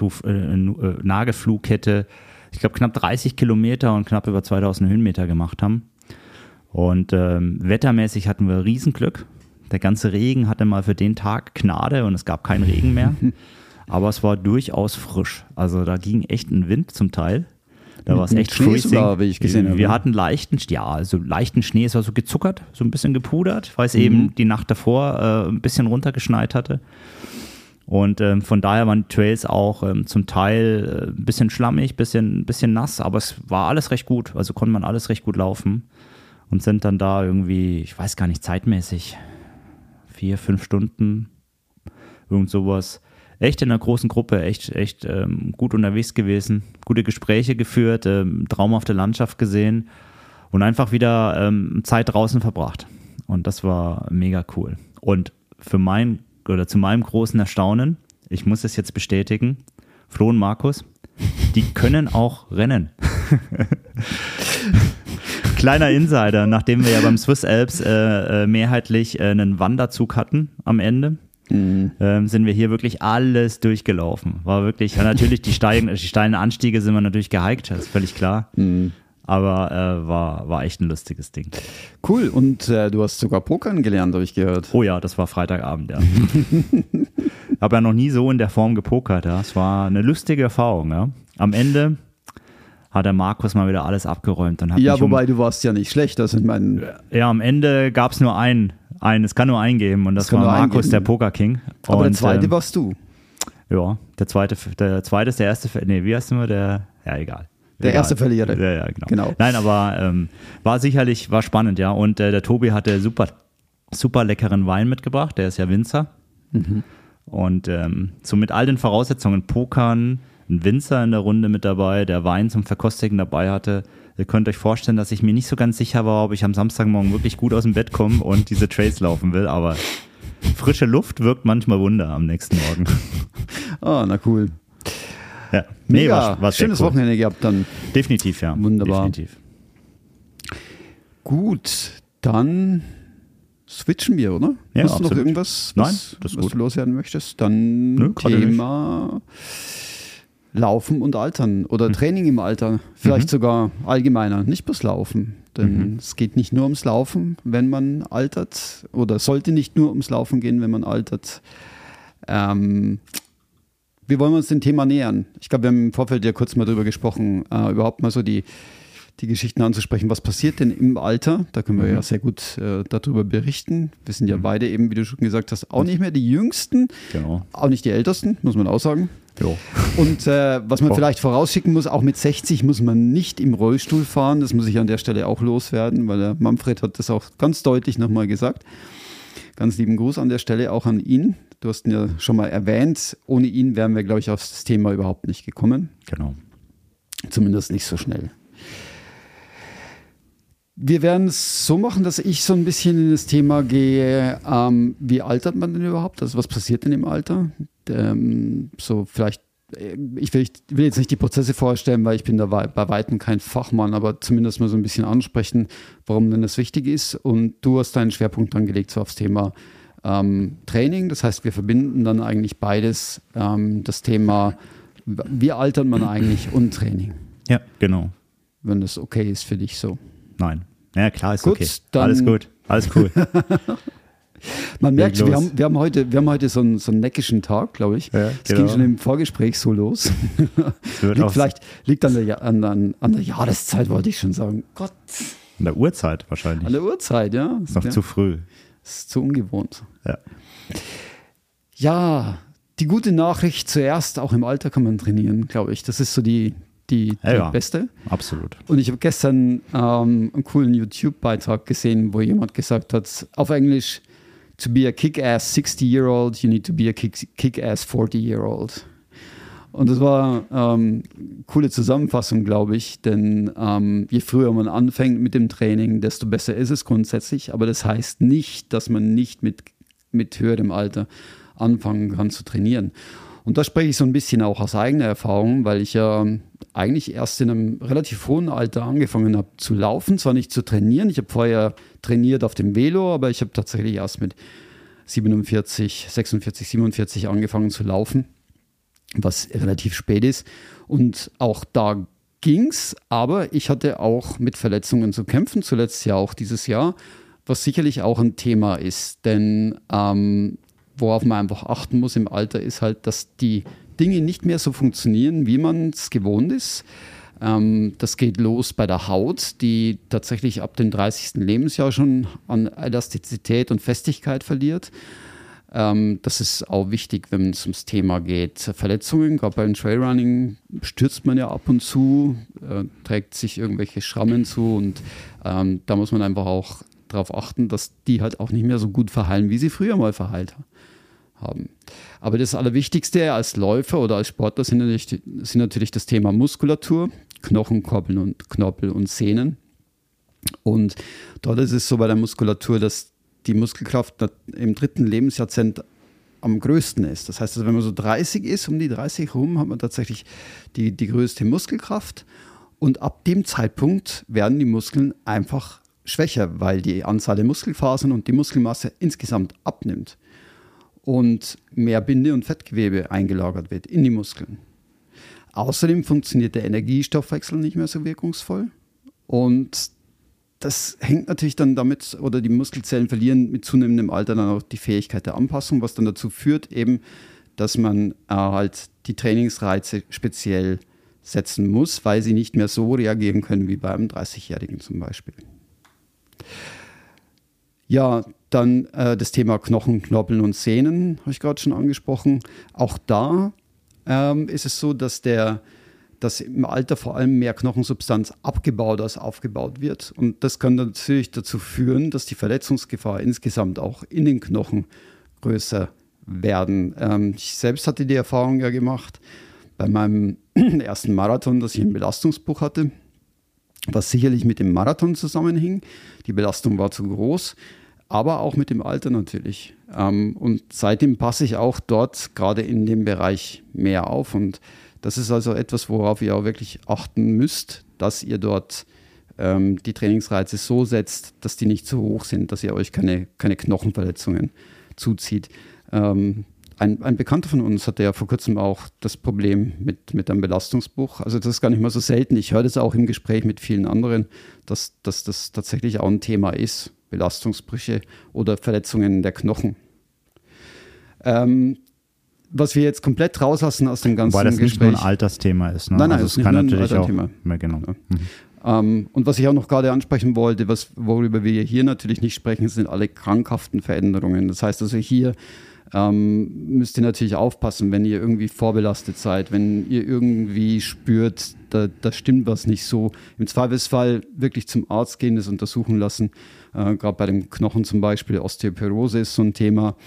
Speaker 2: Nagelflugkette, ich glaube knapp 30 Kilometer und knapp über 2000 Höhenmeter gemacht haben. Und wettermäßig hatten wir Riesenglück. Der ganze Regen hatte mal für den Tag Gnade und es gab keinen Regen mehr. Aber es war durchaus frisch. Also da ging echt ein Wind zum Teil. Da war es echt freezing.
Speaker 1: Wie ich gesehen habe.
Speaker 2: Wir hatten leichten Schnee, es war so gezuckert, so ein bisschen gepudert, weil es eben die Nacht davor ein bisschen runtergeschneit hatte. Und von daher waren die Trails auch zum Teil ein bisschen schlammig, bisschen nass, aber es war alles recht gut, also konnte man alles recht gut laufen und sind dann da irgendwie, ich weiß gar nicht, zeitmäßig 4, 5 Stunden, irgend sowas, echt in einer großen Gruppe, echt gut unterwegs gewesen, gute Gespräche geführt, traumhafte Landschaft gesehen und einfach wieder Zeit draußen verbracht. Und das war mega cool. Und zu meinem großen Erstaunen, ich muss es jetzt bestätigen, Flo und Markus, die können auch rennen. Kleiner Insider, nachdem wir ja beim Swiss Alps mehrheitlich einen Wanderzug hatten am Ende, sind wir hier wirklich alles durchgelaufen. War wirklich, natürlich die steilen Anstiege sind wir natürlich gehiked, das ist völlig klar. Aber war echt ein lustiges Ding.
Speaker 1: Cool, und du hast sogar Pokern gelernt, habe ich gehört.
Speaker 2: Oh ja, das war Freitagabend, ja. Habe ja noch nie so in der Form gepokert, ja. Es war eine lustige Erfahrung, ja. Am Ende hat der Markus mal wieder alles abgeräumt. Und hat
Speaker 1: wobei du warst ja nicht schlecht. Das sind
Speaker 2: ja, am Ende gab es nur es kann nur einen geben und das war Markus, der Poker-King.
Speaker 1: Aber der zweite warst du.
Speaker 2: Ja, der zweite ist der erste, wie heißt immer ja, egal.
Speaker 1: Der erste Verlierer.
Speaker 2: Ja, genau. Nein, aber war spannend, ja. Und der Tobi hatte super leckeren Wein mitgebracht, der ist ja Winzer. Und so mit all den Voraussetzungen, Pokern, ein Winzer in der Runde mit dabei, der Wein zum Verkostigen dabei hatte. Ihr könnt euch vorstellen, dass ich mir nicht so ganz sicher war, ob ich am Samstagmorgen wirklich gut aus dem Bett komme und diese Trades laufen will, aber frische Luft wirkt manchmal Wunder am nächsten Morgen.
Speaker 1: Na cool.
Speaker 2: Ja,
Speaker 1: mega, war schönes cool. Wochenende gehabt dann.
Speaker 2: Definitiv, ja.
Speaker 1: Wunderbar.
Speaker 2: Definitiv.
Speaker 1: Gut, dann switchen wir, oder?
Speaker 2: Ja,
Speaker 1: hast du noch
Speaker 2: absolut.
Speaker 1: irgendwas,
Speaker 2: was
Speaker 1: du loswerden möchtest? Dann Thema Laufen und Altern oder Training im Alter. Vielleicht sogar allgemeiner, nicht bloß Laufen. Denn es geht nicht nur ums Laufen, wenn man altert, oder sollte nicht nur ums Laufen gehen, wenn man altert. Wie wollen wir uns dem Thema nähern? Ich glaube, wir haben im Vorfeld ja kurz mal drüber gesprochen, überhaupt mal so die Geschichten anzusprechen. Was passiert denn im Alter? Da können wir ja sehr gut darüber berichten. Wir sind ja beide eben, wie du schon gesagt hast, auch nicht mehr die Jüngsten, auch nicht die Ältesten, muss man auch sagen.
Speaker 2: Jo.
Speaker 1: Und was man vielleicht vorausschicken muss, auch mit 60 muss man nicht im Rollstuhl fahren. Das muss ich an der Stelle auch loswerden, weil der Manfred hat das auch ganz deutlich nochmal gesagt. Ganz lieben Gruß an der Stelle auch an ihn. Du hast ihn ja schon mal erwähnt. Ohne ihn wären wir, glaube ich, auf das Thema überhaupt nicht gekommen.
Speaker 2: Genau.
Speaker 1: Zumindest nicht so schnell. Wir werden es so machen, dass ich so ein bisschen in das Thema gehe, wie altert man denn überhaupt? Also was passiert denn im Alter? So vielleicht, ich will jetzt nicht die Prozesse vorstellen, weil ich bin da bei Weitem kein Fachmann, aber zumindest mal so ein bisschen ansprechen, warum denn das wichtig ist. Und du hast deinen Schwerpunkt dann gelegt so aufs Thema Training. Das heißt, wir verbinden dann eigentlich beides, das Thema, wie altert man eigentlich und Training.
Speaker 2: Ja, genau.
Speaker 1: Wenn das okay ist für dich so.
Speaker 2: Nein. Ja, klar, ist
Speaker 1: gut,
Speaker 2: okay.
Speaker 1: Dann,
Speaker 2: alles gut, alles cool.
Speaker 1: Man merkt, wir haben heute so einen neckischen Tag, glaube ich.
Speaker 2: Ja,
Speaker 1: es ging schon im Vorgespräch so los. Liegt an der Jahreszeit, wollte ich schon sagen. Gott.
Speaker 2: An der Uhrzeit wahrscheinlich.
Speaker 1: An der Uhrzeit, ja.
Speaker 2: Ist noch zu früh.
Speaker 1: Ist zu ungewohnt.
Speaker 2: Ja.
Speaker 1: Ja, die gute Nachricht zuerst, auch im Alter kann man trainieren, glaube ich. Das ist so die beste.
Speaker 2: Absolut.
Speaker 1: Und ich habe gestern einen coolen YouTube-Beitrag gesehen, wo jemand gesagt hat, auf Englisch, to be a kick-ass 60-year-old, you need to be a kick-ass 40-year-old. Und das war eine coole Zusammenfassung, glaube ich, denn je früher man anfängt mit dem Training, desto besser ist es grundsätzlich. Aber das heißt nicht, dass man nicht mit höherem Alter anfangen kann zu trainieren. Und da spreche ich so ein bisschen auch aus eigener Erfahrung, weil ich ja eigentlich erst in einem relativ hohen Alter angefangen habe zu laufen, zwar nicht zu trainieren. Ich habe vorher trainiert auf dem Velo, aber ich habe tatsächlich erst mit 46, 46, 47 angefangen zu laufen, was relativ spät ist. Und auch da ging's, aber ich hatte auch mit Verletzungen zu kämpfen, zuletzt ja auch dieses Jahr, was sicherlich auch ein Thema ist, denn worauf man einfach achten muss im Alter, ist halt, dass die Dinge nicht mehr so funktionieren, wie man es gewohnt ist. Das geht los bei der Haut, die tatsächlich ab dem 30. Lebensjahr schon an Elastizität und Festigkeit verliert. Das ist auch wichtig, wenn es ums Thema geht. Verletzungen, gerade beim Trailrunning stürzt man ja ab und zu, trägt sich irgendwelche Schrammen zu und da muss man einfach auch darauf achten, dass die halt auch nicht mehr so gut verheilen, wie sie früher mal verheilt haben. Aber das Allerwichtigste als Läufer oder als Sportler sind natürlich das Thema Muskulatur, Knochen, Knorpel und Sehnen. Und dort ist es so bei der Muskulatur, dass die Muskelkraft im 3. Lebensjahrzehnt am größten ist. Das heißt, also, wenn man so 30 ist, um die 30 rum, hat man tatsächlich die größte Muskelkraft. Und ab dem Zeitpunkt werden die Muskeln einfach schwächer, weil die Anzahl der Muskelfasern und die Muskelmasse insgesamt abnimmt und mehr Binde- und Fettgewebe eingelagert wird in die Muskeln. Außerdem funktioniert der Energiestoffwechsel nicht mehr so wirkungsvoll und das hängt natürlich dann damit, oder die Muskelzellen verlieren mit zunehmendem Alter dann auch die Fähigkeit der Anpassung, was dann dazu führt eben, dass man halt die Trainingsreize speziell setzen muss, weil sie nicht mehr so reagieren können wie bei einem 30-Jährigen zum Beispiel. Ja, dann das Thema Knochen, Knorpeln und Sehnen, habe ich gerade schon angesprochen. Auch da ist es so, dass im Alter vor allem mehr Knochensubstanz abgebaut als aufgebaut wird. Und das kann natürlich dazu führen, dass die Verletzungsgefahr insgesamt auch in den Knochen größer werden. Ich selbst hatte die Erfahrung ja gemacht bei meinem ersten Marathon, dass ich einen Belastungsbruch hatte, was sicherlich mit dem Marathon zusammenhing. Die Belastung war zu groß, aber auch mit dem Alter natürlich. Und seitdem passe ich auch dort gerade in dem Bereich mehr auf. Und das ist also etwas, worauf ihr auch wirklich achten müsst, dass ihr dort die Trainingsreize so setzt, dass die nicht zu hoch sind, dass ihr euch keine Knochenverletzungen zuzieht. Ein Bekannter von uns hatte ja vor kurzem auch das Problem mit einem Belastungsbruch. Also das ist gar nicht mal so selten. Ich höre das auch im Gespräch mit vielen anderen, dass das tatsächlich auch ein Thema ist. Belastungsbrüche oder Verletzungen der Knochen. Was wir jetzt komplett rauslassen aus dem ganzen
Speaker 2: Wobei das
Speaker 1: Gespräch.
Speaker 2: nicht nur ein Altersthema ist. Ne?
Speaker 1: Nein,
Speaker 2: also
Speaker 1: das
Speaker 2: es kann natürlich auch.
Speaker 1: Thema.
Speaker 2: Genau.
Speaker 1: Ja. Und was ich auch noch gerade ansprechen wollte, worüber wir hier natürlich nicht sprechen, sind alle krankhaften Veränderungen. Das heißt also hier müsst ihr natürlich aufpassen, wenn ihr irgendwie vorbelastet seid, wenn ihr irgendwie spürt, da stimmt was nicht so. Im Zweifelsfall wirklich zum Arzt gehen, das untersuchen lassen. Gerade bei den Knochen zum Beispiel, Osteoporose ist so ein Thema,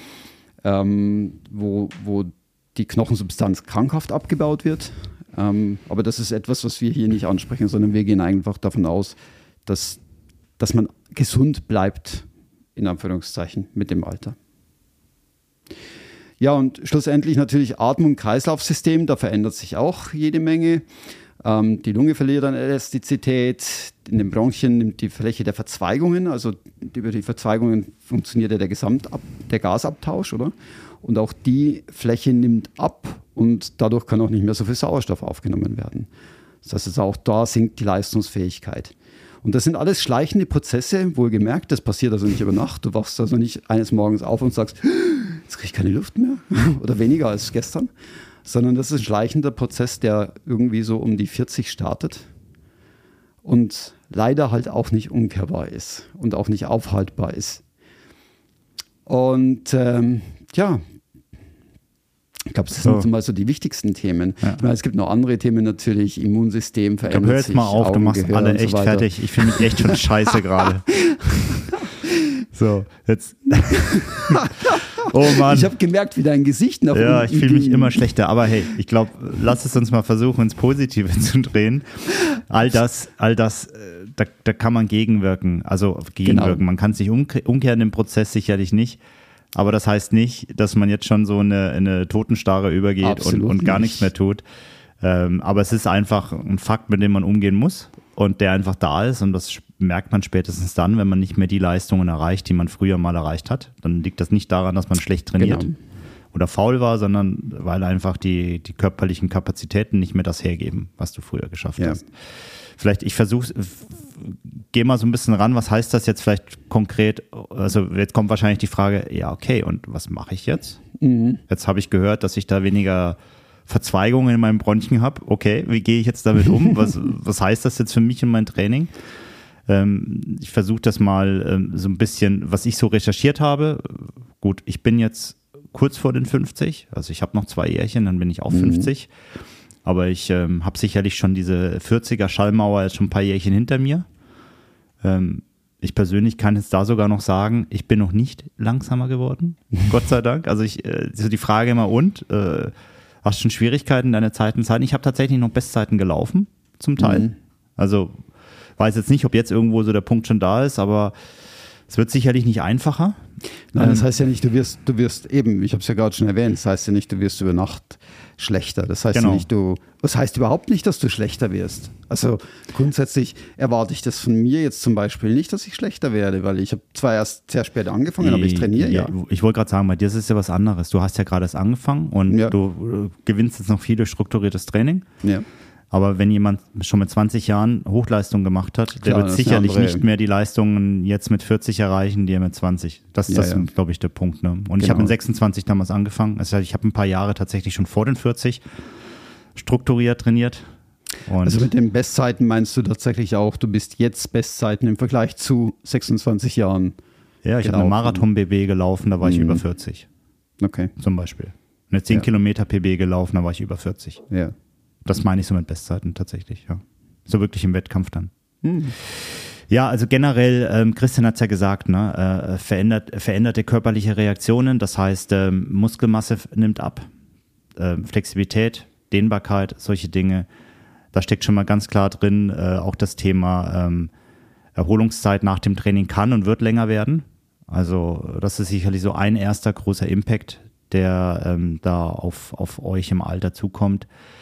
Speaker 1: wo die Knochensubstanz krankhaft abgebaut wird. Aber das ist etwas, was wir hier nicht ansprechen, sondern wir gehen einfach davon aus, dass man gesund bleibt, in Anführungszeichen, mit dem Alter. Ja, und schlussendlich natürlich Atmung, Kreislaufsystem, da verändert sich auch jede Menge. Die Lunge verliert an Elastizität, in den Bronchien nimmt die Fläche der Verzweigungen, also über die Verzweigungen funktioniert ja der Gasabtausch, oder? Und auch die Fläche nimmt ab und dadurch kann auch nicht mehr so viel Sauerstoff aufgenommen werden. Das heißt, also auch da sinkt die Leistungsfähigkeit. Und das sind alles schleichende Prozesse, wohlgemerkt, das passiert also nicht über Nacht. Du wachst also nicht eines Morgens auf und sagst, jetzt kriege ich keine Luft mehr oder weniger als gestern, sondern das ist ein schleichender Prozess, der irgendwie so um die 40 startet und leider halt auch nicht umkehrbar ist und auch nicht aufhaltbar ist. Und ich glaube, das sind mal so die wichtigsten Themen. Ja. Ich meine, es gibt noch andere Themen natürlich, Immunsystem verändert sich.
Speaker 2: Hör jetzt mal auf, du machst alle echt so fertig. Ich fühle mich echt schon scheiße gerade. So, jetzt. Oh Mann.
Speaker 1: Ich habe gemerkt, wie dein Gesicht nach unten
Speaker 2: Ja, ich fühle mich immer schlechter. Aber hey, ich glaube, lass es uns mal versuchen, ins Positive zu drehen. All das, da kann man gegenwirken. Also gegenwirken. Genau. Man kann sich umkehren im Prozess sicherlich nicht. Aber das heißt nicht, dass man jetzt schon so eine Totenstarre übergeht und gar nichts mehr tut. Aber es ist einfach ein Fakt, mit dem man umgehen muss und der einfach da ist. Und das merkt man spätestens dann, wenn man nicht mehr die Leistungen erreicht, die man früher mal erreicht hat. Dann liegt das nicht daran, dass man schlecht trainiert oder faul war, sondern weil einfach die körperlichen Kapazitäten nicht mehr das hergeben, was du früher geschafft hast. Vielleicht, geh mal so ein bisschen ran, was heißt das jetzt vielleicht konkret? Also jetzt kommt wahrscheinlich die Frage, ja okay, und was mache ich jetzt? Jetzt habe ich gehört, dass ich da weniger Verzweigungen in meinem Bronchien habe. Okay, wie gehe ich jetzt damit um? Was heißt das jetzt für mich und mein Training? Ich versuche das mal so ein bisschen, was ich so recherchiert habe. Gut, ich bin jetzt kurz vor den 50, also ich habe noch 2 Jährchen, dann bin ich auch 50. Aber ich habe sicherlich schon diese 40er Schallmauer jetzt schon ein paar Jährchen hinter mir. Ich persönlich kann jetzt da sogar noch sagen, ich bin noch nicht langsamer geworden, Gott sei Dank. Also so die Frage immer, hast du schon Schwierigkeiten, deine Zeiten? Ich habe tatsächlich noch Bestzeiten gelaufen, zum Teil. Also weiß jetzt nicht, ob jetzt irgendwo so der Punkt schon da ist, aber es wird sicherlich nicht einfacher.
Speaker 1: Nein, das heißt ja nicht, du wirst eben, ich habe es ja gerade schon erwähnt, das heißt ja nicht, du wirst über Nacht schlechter. Das heißt ja nicht, das heißt überhaupt nicht, dass du schlechter wirst. Also grundsätzlich erwarte ich das von mir jetzt zum Beispiel nicht, dass ich schlechter werde, weil ich habe zwar erst sehr spät angefangen, aber ich trainiere ja.
Speaker 2: Ich wollte gerade sagen, bei dir ist es ja was anderes. Du hast ja gerade erst angefangen und du gewinnst jetzt noch viel durch strukturiertes Training. Ja. Aber wenn jemand schon mit 20 Jahren Hochleistung gemacht hat, der wird sicherlich nicht mehr die Leistungen jetzt mit 40 erreichen, die er mit 20. Das ist, glaube ich, der Punkt. Ne? Und ich habe mit 26 damals angefangen. Das heißt, ich habe ein paar Jahre tatsächlich schon vor den 40 strukturiert trainiert. Und
Speaker 1: also mit den Bestzeiten meinst du tatsächlich auch, du bist jetzt Bestzeiten im Vergleich zu 26 Jahren?
Speaker 2: Ja, ich habe eine Marathon-PB gelaufen, da war ich über 40.
Speaker 1: Okay.
Speaker 2: Zum Beispiel. Eine 10 Kilometer PB gelaufen, da war ich über 40.
Speaker 1: Ja.
Speaker 2: Das meine ich so mit Bestzeiten tatsächlich, ja. So wirklich im Wettkampf dann. Ja, also generell, Christian hat es ja gesagt, ne, veränderte körperliche Reaktionen, das heißt, Muskelmasse nimmt ab, Flexibilität, Dehnbarkeit, solche Dinge. Da steckt schon mal ganz klar drin, auch das Thema Erholungszeit nach dem Training kann und wird länger werden. Also das ist sicherlich so ein erster großer Impact, der da auf euch im Alter zukommt.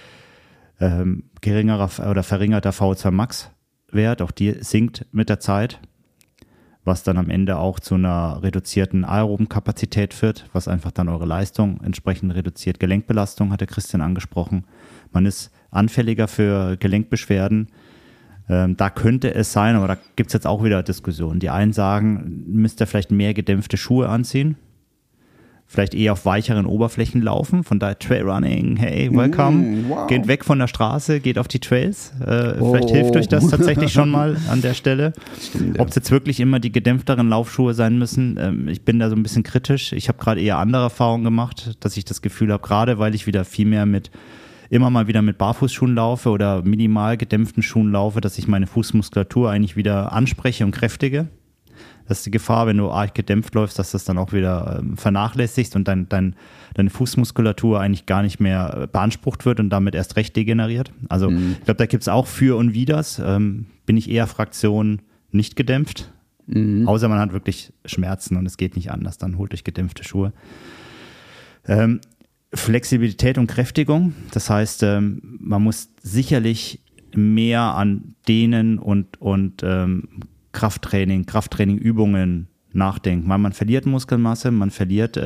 Speaker 2: Geringerer oder verringerter VO2 Max Wert, auch die sinkt mit der Zeit, was dann am Ende auch zu einer reduzierten aeroben Kapazität führt, was einfach dann eure Leistung entsprechend reduziert. Gelenkbelastung hatte Christian angesprochen. Man ist anfälliger für Gelenkbeschwerden. Da könnte es sein, aber da gibt es jetzt auch wieder Diskussionen. Die einen sagen, müsst ihr vielleicht mehr gedämpfte Schuhe anziehen, vielleicht eher auf weicheren Oberflächen laufen, von daher Trailrunning, hey, welcome, wow. Geht weg von der Straße, geht auf die Trails, vielleicht hilft euch das tatsächlich schon mal an der Stelle. Ob es jetzt wirklich immer die gedämpfteren Laufschuhe sein müssen, ich bin da so ein bisschen kritisch, ich habe gerade eher andere Erfahrungen gemacht, dass ich das Gefühl habe, gerade weil ich wieder viel mehr immer mal wieder mit Barfußschuhen laufe oder minimal gedämpften Schuhen laufe, dass ich meine Fußmuskulatur eigentlich wieder anspreche und kräftige. Das ist die Gefahr, wenn du arg gedämpft läufst, dass das dann auch wieder vernachlässigst und deine Fußmuskulatur eigentlich gar nicht mehr beansprucht wird und damit erst recht degeneriert. Also ich glaube, da gibt es auch Für und Widers. Bin ich eher Fraktion nicht gedämpft, außer man hat wirklich Schmerzen und es geht nicht anders, dann holt euch gedämpfte Schuhe. Flexibilität und Kräftigung, das heißt, man muss sicherlich mehr an Dehnen und Krafttraining-Übungen nachdenken, weil man verliert Muskelmasse, man verliert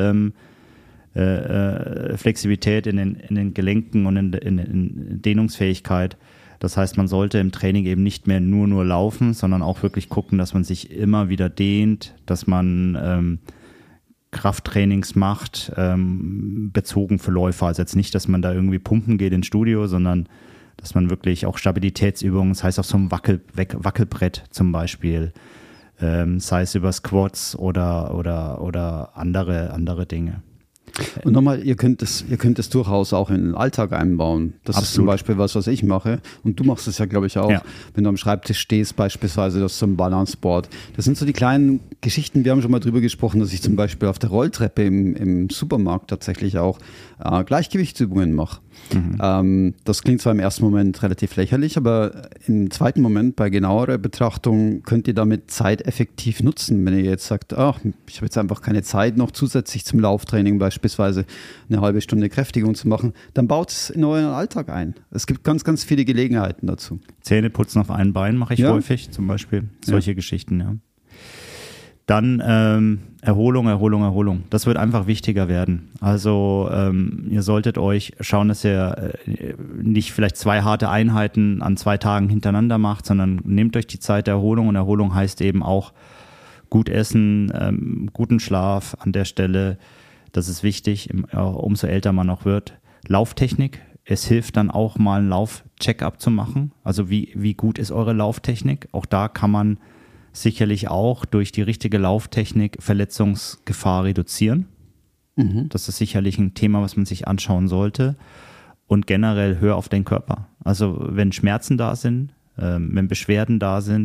Speaker 2: Flexibilität in den Gelenken und in Dehnungsfähigkeit. Das heißt, man sollte im Training eben nicht mehr nur laufen, sondern auch wirklich gucken, dass man sich immer wieder dehnt, dass man Krafttrainings macht, bezogen für Läufer. Also jetzt nicht, dass man da irgendwie pumpen geht ins Studio, sondern dass man wirklich auch Stabilitätsübungen, das heißt auf so einem Wackelbrett zum Beispiel, sei es über Squats oder andere Dinge.
Speaker 1: Und nochmal, ihr könnt es durchaus auch in den Alltag einbauen. Das Absolut. Ist zum Beispiel was ich mache. Und du machst es ja, glaube ich, auch. Ja. Wenn du am Schreibtisch stehst, beispielsweise, das ist so ein Balanceboard. Das sind so die kleinen Geschichten. Wir haben schon mal drüber gesprochen, dass ich zum Beispiel auf der Rolltreppe im Supermarkt tatsächlich auch Gleichgewichtsübungen mache. Das klingt zwar im ersten Moment relativ lächerlich, aber im zweiten Moment bei genauerer Betrachtung könnt ihr damit Zeit effektiv nutzen. Wenn ihr jetzt sagt, ich habe jetzt einfach keine Zeit, noch zusätzlich zum Lauftraining beispielsweise eine halbe Stunde Kräftigung zu machen, dann baut es in euren Alltag ein. Es gibt ganz, ganz viele Gelegenheiten dazu.
Speaker 2: Zähne putzen auf einem Bein mache ich häufig, zum Beispiel. Solche Geschichten, ja. Dann Erholung. Das wird einfach wichtiger werden. Also ihr solltet euch schauen, dass ihr nicht vielleicht 2 harte Einheiten an 2 Tagen hintereinander macht, sondern nehmt euch die Zeit der Erholung. Und Erholung heißt eben auch gut essen, guten Schlaf an der Stelle. Das ist wichtig, umso älter man auch wird. Lauftechnik. Es hilft dann auch mal einen Lauf-Check-up zu machen. Also wie gut ist eure Lauftechnik? Auch da kann man sicherlich auch durch die richtige Lauftechnik Verletzungsgefahr reduzieren. Das ist sicherlich ein Thema, was man sich anschauen sollte. Und generell hör auf den Körper. Also wenn Schmerzen da sind, wenn Beschwerden da sind,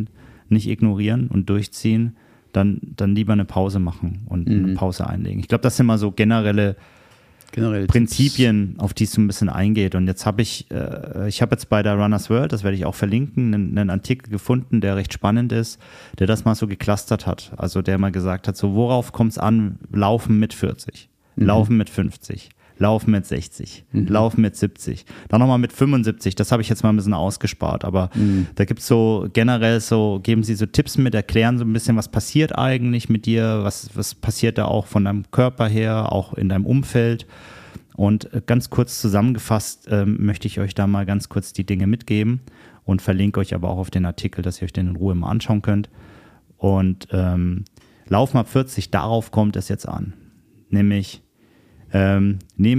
Speaker 2: nicht ignorieren und durchziehen, dann lieber eine Pause machen und eine Pause einlegen. Ich glaube, das sind mal so generelle Prinzipien, auf die es so ein bisschen eingeht. Und jetzt habe ich jetzt bei der Runners World, das werde ich auch verlinken, einen Artikel gefunden, der recht spannend ist, der das mal so geclustert hat. Also der mal gesagt hat, so worauf kommt es an, Laufen mit 40, Laufen mit 50, Laufen mit 60, Laufen mit 70, dann nochmal mit 75, das habe ich jetzt mal ein bisschen ausgespart, aber da gibt es so generell geben sie so Tipps mit, erklären so ein bisschen, was passiert eigentlich mit dir, was passiert da auch von deinem Körper her, auch in deinem Umfeld. Und ganz kurz zusammengefasst möchte ich euch da mal ganz kurz die Dinge mitgeben und verlinke euch aber auch auf den Artikel, dass ihr euch den in Ruhe mal anschauen könnt. Und Laufen ab 40, darauf kommt es jetzt an, nämlich nehmen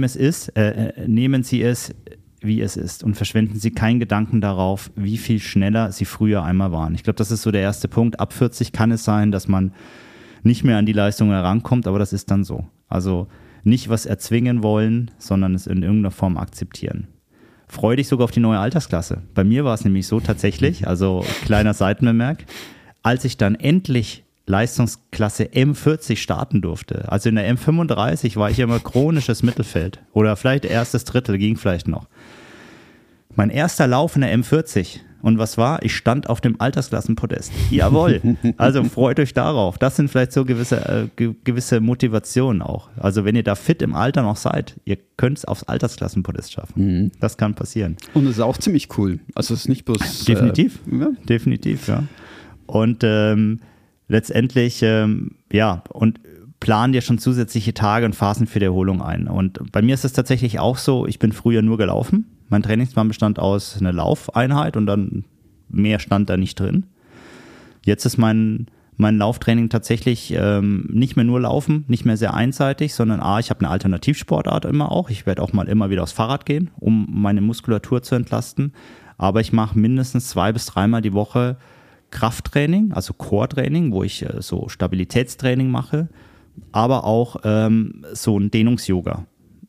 Speaker 2: Sie es, wie es ist und verschwenden Sie keinen Gedanken darauf, wie viel schneller Sie früher einmal waren. Ich glaube, das ist so der erste Punkt. Ab 40 kann es sein, dass man nicht mehr an die Leistung herankommt, aber das ist dann so. Also nicht was erzwingen wollen, sondern es in irgendeiner Form akzeptieren. Freu dich sogar auf die neue Altersklasse. Bei mir war es nämlich so tatsächlich, also kleiner Seitenbemerk, als ich dann endlich Leistungsklasse M40 starten durfte. Also in der M35 war ich immer chronisches Mittelfeld oder vielleicht erstes Drittel, ging vielleicht noch. Mein erster Lauf in der M40 und was war? Ich stand auf dem Altersklassenpodest. Jawohl, also freut euch darauf. Das sind vielleicht so gewisse Motivationen auch. Also wenn ihr da fit im Alter noch seid, ihr könnt es aufs Altersklassenpodest schaffen. Das kann passieren.
Speaker 1: Und es ist auch ziemlich cool. Also es ist nicht bloß...
Speaker 2: Definitiv, definitiv, ja. Und letztendlich, und plan dir schon zusätzliche Tage und Phasen für die Erholung ein. Und bei mir ist es tatsächlich auch so, ich bin früher nur gelaufen. Mein Trainingsplan bestand aus einer Laufeinheit und dann mehr stand da nicht drin. Jetzt ist mein Lauftraining tatsächlich nicht mehr nur Laufen, nicht mehr sehr einseitig, sondern ich habe eine Alternativsportart immer auch. Ich werde auch mal immer wieder aufs Fahrrad gehen, um meine Muskulatur zu entlasten. Aber ich mache mindestens 2 bis 3 Mal die Woche Krafttraining, also Core-Training, wo ich so Stabilitätstraining mache, aber auch so ein Dehnungs-Yoga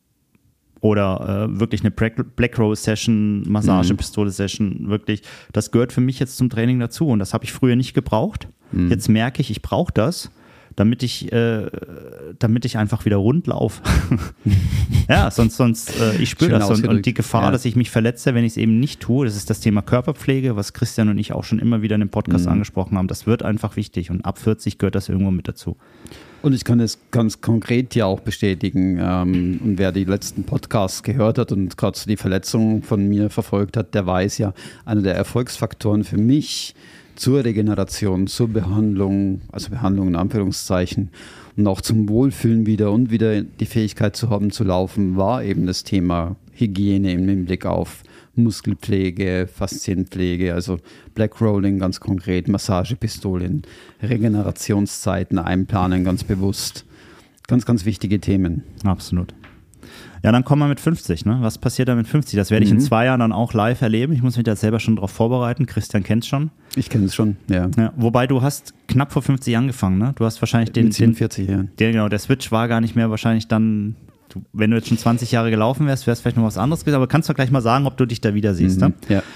Speaker 2: oder wirklich eine Black Rose Session, Massagepistole Session, wirklich. Das gehört für mich jetzt zum Training dazu und das habe ich früher nicht gebraucht. Jetzt merke ich brauche das, damit ich einfach wieder rund laufe. Ja, sonst ich spüre das und die Gefahr, dass ich mich verletze, wenn ich es eben nicht tue, das ist das Thema Körperpflege, was Christian und ich auch schon immer wieder in dem Podcast angesprochen haben. Das wird einfach wichtig und ab 40 gehört das irgendwo mit dazu.
Speaker 1: Und ich kann es ganz konkret ja auch bestätigen. Und wer die letzten Podcasts gehört hat und gerade die Verletzung von mir verfolgt hat, der weiß ja, einer der Erfolgsfaktoren für mich zur Regeneration, zur Behandlung, also Behandlung in Anführungszeichen und auch zum Wohlfühlen wieder und wieder die Fähigkeit zu haben zu laufen, war eben das Thema Hygiene im Hinblick auf Muskelpflege, Faszienpflege, also Black Rolling ganz konkret, Massagepistolen, Regenerationszeiten einplanen ganz bewusst. Ganz, ganz wichtige Themen.
Speaker 2: Absolut. Ja, dann kommen wir mit 50. Ne? Was passiert da mit 50? Das werde ich in 2 Jahren dann auch live erleben. Ich muss mich da selber schon drauf vorbereiten. Christian kennt es schon.
Speaker 1: Ich kenne es schon, ja.
Speaker 2: Wobei du hast knapp vor 50 angefangen. Ne? Du hast wahrscheinlich
Speaker 1: mit 47 Jahren.
Speaker 2: Der Switch war gar nicht mehr wahrscheinlich dann, wenn du jetzt schon 20 Jahre gelaufen wärst, wäre es vielleicht noch was anderes gewesen. Aber kannst du gleich mal sagen, ob du dich da wieder siehst. Ne?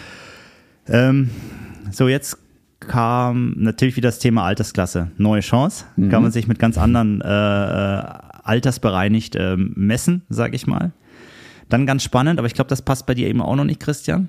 Speaker 1: Ja.
Speaker 2: So, jetzt kam natürlich wieder das Thema Altersklasse. Neue Chance. Kann man sich mit ganz anderen altersbereinigt messen, sage ich mal. Dann ganz spannend, aber ich glaube, das passt bei dir eben auch noch nicht, Christian.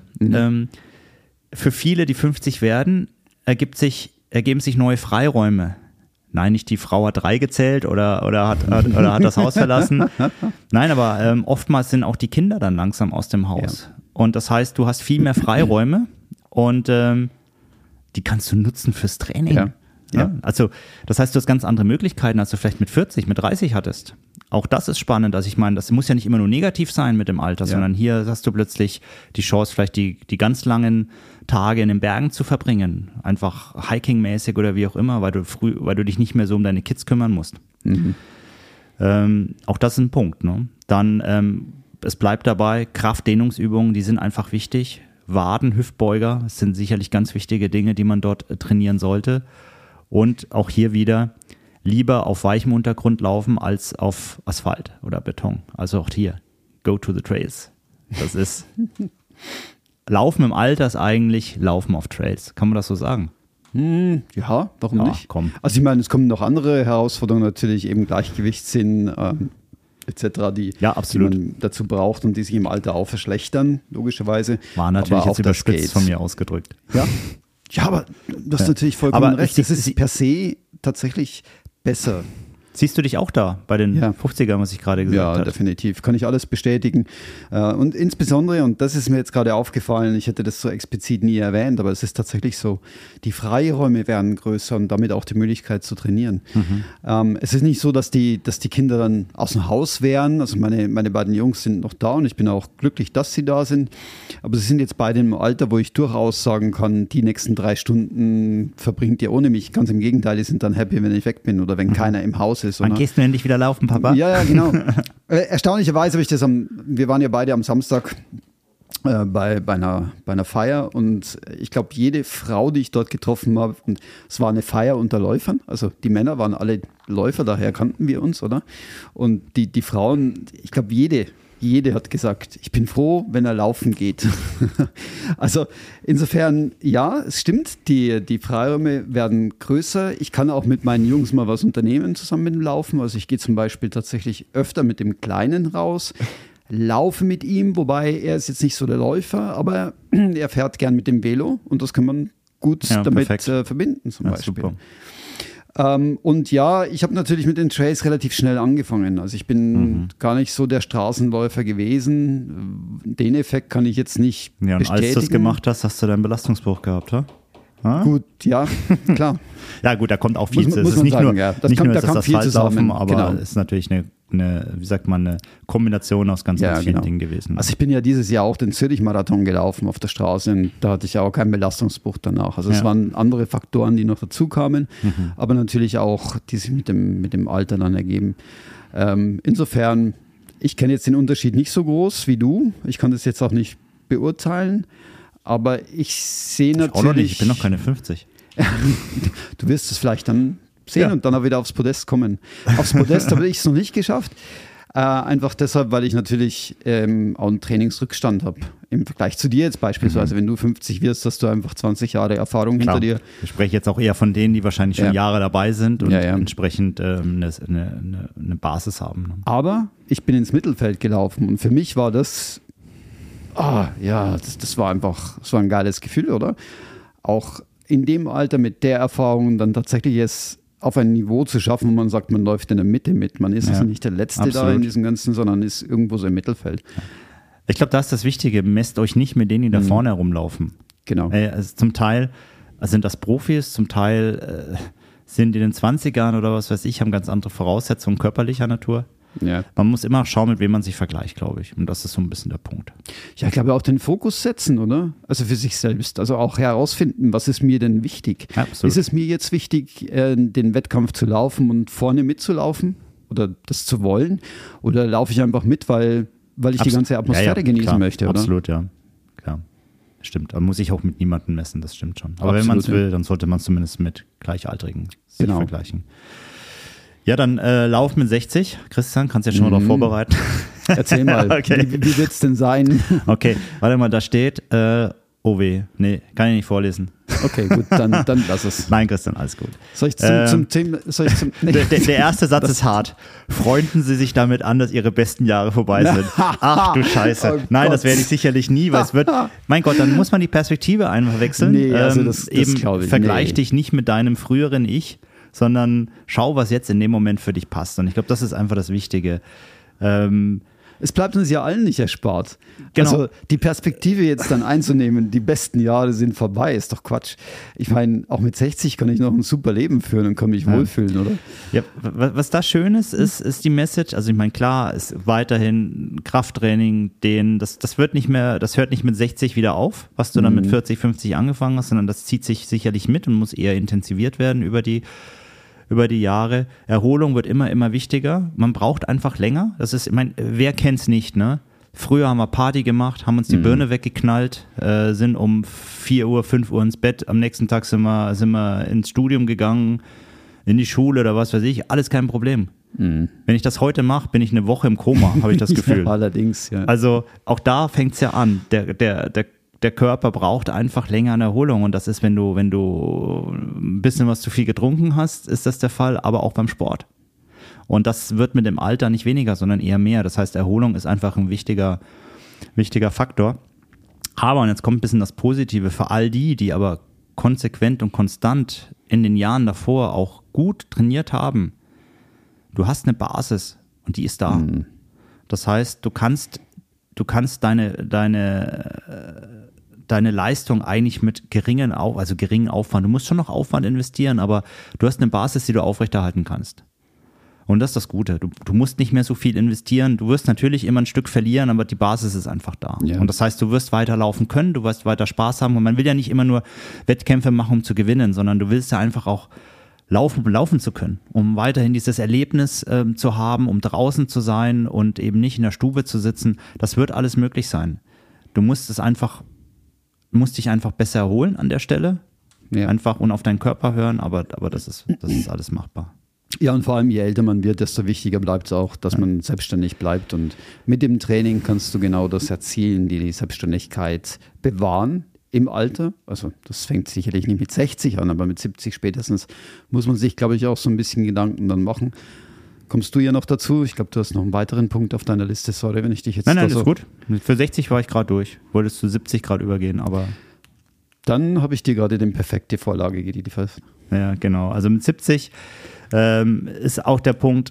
Speaker 2: Für viele, die 50 werden, ergeben sich neue Freiräume. Nein, nicht die Frau hat 3 gezählt oder hat das Haus verlassen. Nein, aber oftmals sind auch die Kinder dann langsam aus dem Haus. Ja. Und das heißt, du hast viel mehr Freiräume und die kannst du nutzen fürs Training. Ja. Ja, also das heißt, du hast ganz andere Möglichkeiten, als du vielleicht mit 40, mit 30 hattest. Auch das ist spannend. Also ich meine, das muss ja nicht immer nur negativ sein mit dem Alter, sondern hier hast du plötzlich die Chance, vielleicht die ganz langen Tage in den Bergen zu verbringen. Einfach hikingmäßig oder wie auch immer, weil du dich nicht mehr so um deine Kids kümmern musst. Auch das ist ein Punkt. Ne? Dann, es bleibt dabei, Kraftdehnungsübungen, die sind einfach wichtig. Waden, Hüftbeuger, das sind sicherlich ganz wichtige Dinge, die man dort trainieren sollte. Und auch hier wieder lieber auf weichem Untergrund laufen als auf Asphalt oder Beton. Also auch hier, go to the trails. Das ist Laufen im Alter ist eigentlich Laufen auf Trails. Kann man das so sagen?
Speaker 1: Ja, warum
Speaker 2: Ja,
Speaker 1: nicht?
Speaker 2: komm.
Speaker 1: Also ich meine, es kommen noch andere Herausforderungen natürlich, eben Gleichgewichtssinn etc., die
Speaker 2: absolut.
Speaker 1: man dazu braucht und die sich im Alter auch verschlechtern, logischerweise.
Speaker 2: War natürlich
Speaker 1: Aber
Speaker 2: jetzt
Speaker 1: auch das
Speaker 2: überspitzt
Speaker 1: geht.
Speaker 2: von mir ausgedrückt.
Speaker 1: Ja, aber du hast natürlich vollkommen
Speaker 2: Aber
Speaker 1: recht. Das ist per se tatsächlich besser.
Speaker 2: Siehst du dich auch da bei den
Speaker 1: Ja.
Speaker 2: 50ern, was ich gerade gesagt habe?
Speaker 1: Ja, definitiv. Kann ich alles bestätigen. Und insbesondere, und das ist mir jetzt gerade aufgefallen, ich hätte das so explizit nie erwähnt, aber es ist tatsächlich so, die Freiräume werden größer und damit auch die Möglichkeit zu trainieren. Es ist nicht so, dass die Kinder dann aus dem Haus wären. Also meine beiden Jungs sind noch da und ich bin auch glücklich, dass sie da sind. Aber sie sind jetzt beide im Alter, wo ich durchaus sagen kann, die nächsten 3 Stunden verbringt ihr ohne mich. Ganz im Gegenteil, die sind dann happy, wenn ich weg bin oder wenn keiner im Haus ist.
Speaker 2: Wann gehst du endlich wieder laufen, Papa?
Speaker 1: Ja, genau. Erstaunlicherweise habe ich das wir waren ja beide am Samstag bei einer Feier und ich glaube, jede Frau, die ich dort getroffen habe, und es war eine Feier unter Läufern, also die Männer waren alle Läufer, daher kannten wir uns, oder? Und die Frauen, ich glaube, jede hat gesagt, ich bin froh, wenn er laufen geht. Also insofern, ja, es stimmt, die Freiräume werden größer. Ich kann auch mit meinen Jungs mal was unternehmen zusammen mit dem Laufen. Also ich gehe zum Beispiel tatsächlich öfter mit dem Kleinen raus, laufe mit ihm, wobei er ist jetzt nicht so der Läufer, aber er fährt gern mit dem Velo und das kann man gut damit verbinden zum Beispiel.
Speaker 2: Super.
Speaker 1: Und ja, ich habe natürlich mit den Trails relativ schnell angefangen. Also ich bin gar nicht so der Straßenläufer gewesen. Den Effekt kann ich jetzt nicht
Speaker 2: Ja, und
Speaker 1: bestätigen.
Speaker 2: als du das gemacht hast du deinen Belastungsbruch gehabt, ha?
Speaker 1: Gut, ja, klar.
Speaker 2: Ja gut, da kommt auch viel
Speaker 1: Muss
Speaker 2: zu.
Speaker 1: man
Speaker 2: Es ist nicht
Speaker 1: sagen,
Speaker 2: nur,
Speaker 1: ja.
Speaker 2: nicht nur
Speaker 1: Da
Speaker 2: ist das
Speaker 1: kam viel
Speaker 2: Asphaltlaufen,
Speaker 1: zusammen,
Speaker 2: aber
Speaker 1: genau.
Speaker 2: es ist natürlich eine, wie sagt man, eine Kombination aus ganz vielen
Speaker 1: Genau.
Speaker 2: Dingen gewesen.
Speaker 1: Also ich bin ja dieses Jahr auch den Zürich-Marathon gelaufen auf der Straße und da hatte ich auch keinen Belastungsbruch danach. Also es waren andere Faktoren, die noch dazu kamen, aber natürlich auch, die sich mit dem Alter dann ergeben. Insofern, ich kenne jetzt den Unterschied nicht so groß wie du. Ich kann das jetzt auch nicht beurteilen, aber ich sehe natürlich...
Speaker 2: Auch noch nicht, ich bin noch keine 50.
Speaker 1: Du wirst es vielleicht dann sehen und dann auch wieder aufs Podest kommen. Aufs Podest habe ich es noch nicht geschafft. Einfach deshalb, weil ich natürlich auch einen Trainingsrückstand habe. Im Vergleich zu dir jetzt beispielsweise, wenn du 50 wirst, hast du einfach 20 Jahre Erfahrung hinter dir.
Speaker 2: Ich spreche jetzt auch eher von denen, die wahrscheinlich schon Jahre dabei sind und entsprechend eine Basis haben. Ne?
Speaker 1: Aber ich bin ins Mittelfeld gelaufen und für mich war das, das war einfach, das war ein geiles Gefühl, oder? Auch in dem Alter mit der Erfahrung dann tatsächlich es auf ein Niveau zu schaffen, wo man sagt, man läuft in der Mitte mit. Man ist also nicht der Letzte da in diesem Ganzen, sondern ist irgendwo so im Mittelfeld.
Speaker 2: Ich glaube, da ist das Wichtige, messt euch nicht mit denen, die da vorne herumlaufen.
Speaker 1: Genau.
Speaker 2: Also zum Teil sind das Profis, zum Teil sind die in den 20ern oder was weiß ich, haben ganz andere Voraussetzungen körperlicher Natur.
Speaker 1: Ja.
Speaker 2: Man muss immer schauen, mit wem man sich vergleicht, glaube ich. Und das ist so ein bisschen der Punkt.
Speaker 1: Ja, ich glaube auch den Fokus setzen, oder? Also für sich selbst. Also auch herausfinden, was ist mir denn wichtig?
Speaker 2: Absolut.
Speaker 1: Ist es mir jetzt wichtig, den Wettkampf zu laufen und vorne mitzulaufen oder das zu wollen? Oder laufe ich einfach mit, weil ich die ganze Atmosphäre genießen möchte, oder?
Speaker 2: Absolut, ja. Klar. Stimmt. Da muss ich auch mit niemandem messen, das stimmt schon. Aber
Speaker 1: Absolut,
Speaker 2: wenn man es will, dann sollte man es zumindest mit Gleichaltrigen sich vergleichen. Ja, dann Lauf mit 60. Christian, kannst du dich schon mal darauf vorbereiten?
Speaker 1: Erzähl mal,
Speaker 2: okay.
Speaker 1: Wie wird es denn sein?
Speaker 2: Okay, warte mal, da steht, oh weh, nee, kann ich nicht vorlesen.
Speaker 1: Okay, gut, dann lass es.
Speaker 2: Nein, Christian, alles gut.
Speaker 1: Soll ich zum Thema,
Speaker 2: Der erste Satz ist hart. Freunden Sie sich damit an, dass Ihre besten Jahre vorbei sind. Ach du Scheiße.
Speaker 1: Oh
Speaker 2: Nein,
Speaker 1: Gott.
Speaker 2: das werde ich sicherlich nie, weil es wird, mein Gott, dann muss man die Perspektive einfach wechseln.
Speaker 1: Nee, also das
Speaker 2: eben
Speaker 1: glaube ich.
Speaker 2: vergleich dich nicht mit deinem früheren Ich, sondern schau, was jetzt in dem Moment für dich passt. Und ich glaube, das ist einfach das Wichtige.
Speaker 1: Es bleibt uns ja allen nicht erspart.
Speaker 2: Genau.
Speaker 1: Also die Perspektive jetzt dann einzunehmen, die besten Jahre sind vorbei, ist doch Quatsch. Ich meine, auch mit 60 kann ich noch ein super Leben führen und kann mich wohlfühlen, oder?
Speaker 2: Ja, was da schön ist die Message. Also ich meine, klar, ist weiterhin Krafttraining, das hört nicht mit 60 wieder auf, was du dann mit 40, 50 angefangen hast, sondern das zieht sich sicherlich mit und muss eher intensiviert werden über die Jahre. Erholung wird immer wichtiger. Man braucht einfach länger. Das ist, ich meine, wer kennt's nicht, ne? Früher haben wir Party gemacht, haben uns die Birne weggeknallt, sind um 4 Uhr, 5 Uhr ins Bett. Am nächsten Tag sind wir ins Studium gegangen, in die Schule oder was weiß ich. Alles kein Problem. Wenn ich das heute mache, bin ich eine Woche im Koma, habe ich das Gefühl.
Speaker 1: Ja, allerdings, ja.
Speaker 2: Also auch da fängt's ja an. Der der Körper braucht einfach länger an Erholung und das ist, wenn du ein bisschen was zu viel getrunken hast, ist das der Fall, aber auch beim Sport. Und das wird mit dem Alter nicht weniger, sondern eher mehr. Das heißt, Erholung ist einfach ein wichtiger Faktor. Aber, und jetzt kommt ein bisschen das Positive, für all die aber konsequent und konstant in den Jahren davor auch gut trainiert haben, du hast eine Basis und die ist da. Mhm. Das heißt, du kannst deine Leistung eigentlich mit geringen Aufwand, du musst schon noch Aufwand investieren, aber du hast eine Basis, die du aufrechterhalten kannst. Und das ist das Gute. Du musst nicht mehr so viel investieren. Du wirst natürlich immer ein Stück verlieren, aber die Basis ist einfach da. Ja. Und das heißt, du wirst weiterlaufen können, du wirst weiter Spaß haben. Und man will ja nicht immer nur Wettkämpfe machen, um zu gewinnen, sondern du willst ja einfach auch laufen zu können, um weiterhin dieses Erlebnis zu haben, um draußen zu sein und eben nicht in der Stube zu sitzen. Das wird alles möglich sein. Du musst dich einfach besser erholen an der Stelle. Ja. Einfach und auf deinen Körper hören, aber das ist alles machbar.
Speaker 1: Ja, und vor allem, je älter man wird, desto wichtiger bleibt es auch, dass man selbstständig bleibt. Und mit dem Training kannst du genau das erzielen, die Selbstständigkeit bewahren im Alter. Also das fängt sicherlich nicht mit 60 an, aber mit 70 spätestens muss man sich, glaube ich, auch so ein bisschen Gedanken dann machen. Kommst du ja noch dazu? Ich glaube, du hast noch einen weiteren Punkt auf deiner Liste. Sorry, wenn ich dich jetzt...
Speaker 2: Nein, ist gut. Für 60 war ich gerade durch. Wolltest du 70 Grad übergehen, aber...
Speaker 1: Dann habe ich dir gerade die perfekte Vorlage geliefert.
Speaker 2: Ja, genau. Also mit 70... ist auch der Punkt,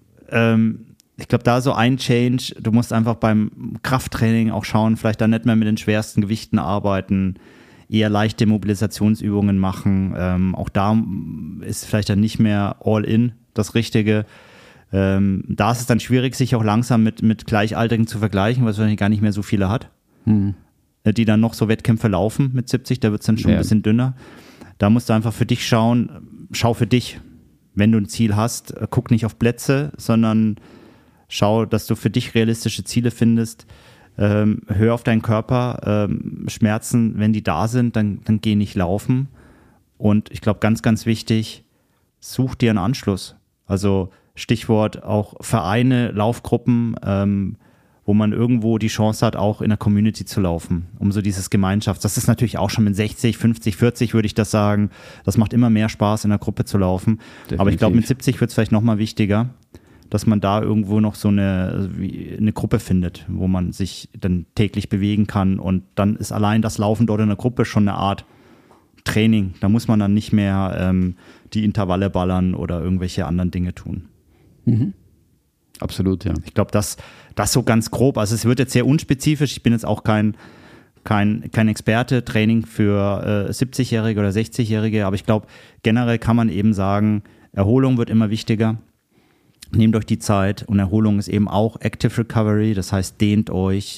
Speaker 2: ich glaube, da so ein Change, du musst einfach beim Krafttraining auch schauen, vielleicht dann nicht mehr mit den schwersten Gewichten arbeiten, eher leichte Mobilisationsübungen machen. Auch da ist vielleicht dann nicht mehr All-in das Richtige. Da ist es dann schwierig, sich auch langsam mit Gleichaltrigen zu vergleichen, weil es wahrscheinlich gar nicht mehr so viele hat, die dann noch so Wettkämpfe laufen mit 70, da wird es dann schon ein bisschen dünner. Da musst du einfach für dich schauen, schau für dich. Wenn du ein Ziel hast, guck nicht auf Plätze, sondern schau, dass du für dich realistische Ziele findest. Hör auf deinen Körper. Schmerzen, wenn die da sind, dann geh nicht laufen. Und ich glaube, ganz, ganz wichtig, such dir einen Anschluss. Also Stichwort auch Vereine, Laufgruppen, wo man irgendwo die Chance hat, auch in der Community zu laufen, um so dieses Gemeinschafts-. Das ist natürlich auch schon mit 60, 50, 40 würde ich das sagen. Das macht immer mehr Spaß, in der Gruppe zu laufen. Definitiv. Aber ich glaube, mit 70 wird es vielleicht nochmal wichtiger, dass man da irgendwo noch so eine Gruppe findet, wo man sich dann täglich bewegen kann. Und dann ist allein das Laufen dort in der Gruppe schon eine Art Training. Da muss man dann nicht mehr die Intervalle ballern oder irgendwelche anderen Dinge tun.
Speaker 1: Mhm. Absolut, ja.
Speaker 2: Ich glaube, das so ganz grob. Also es wird jetzt sehr unspezifisch. Ich bin jetzt auch kein Experte, Training für 70-Jährige oder 60-Jährige. Aber ich glaube, generell kann man eben sagen, Erholung wird immer wichtiger. Nehmt euch die Zeit. Und Erholung ist eben auch Active Recovery. Das heißt, dehnt euch,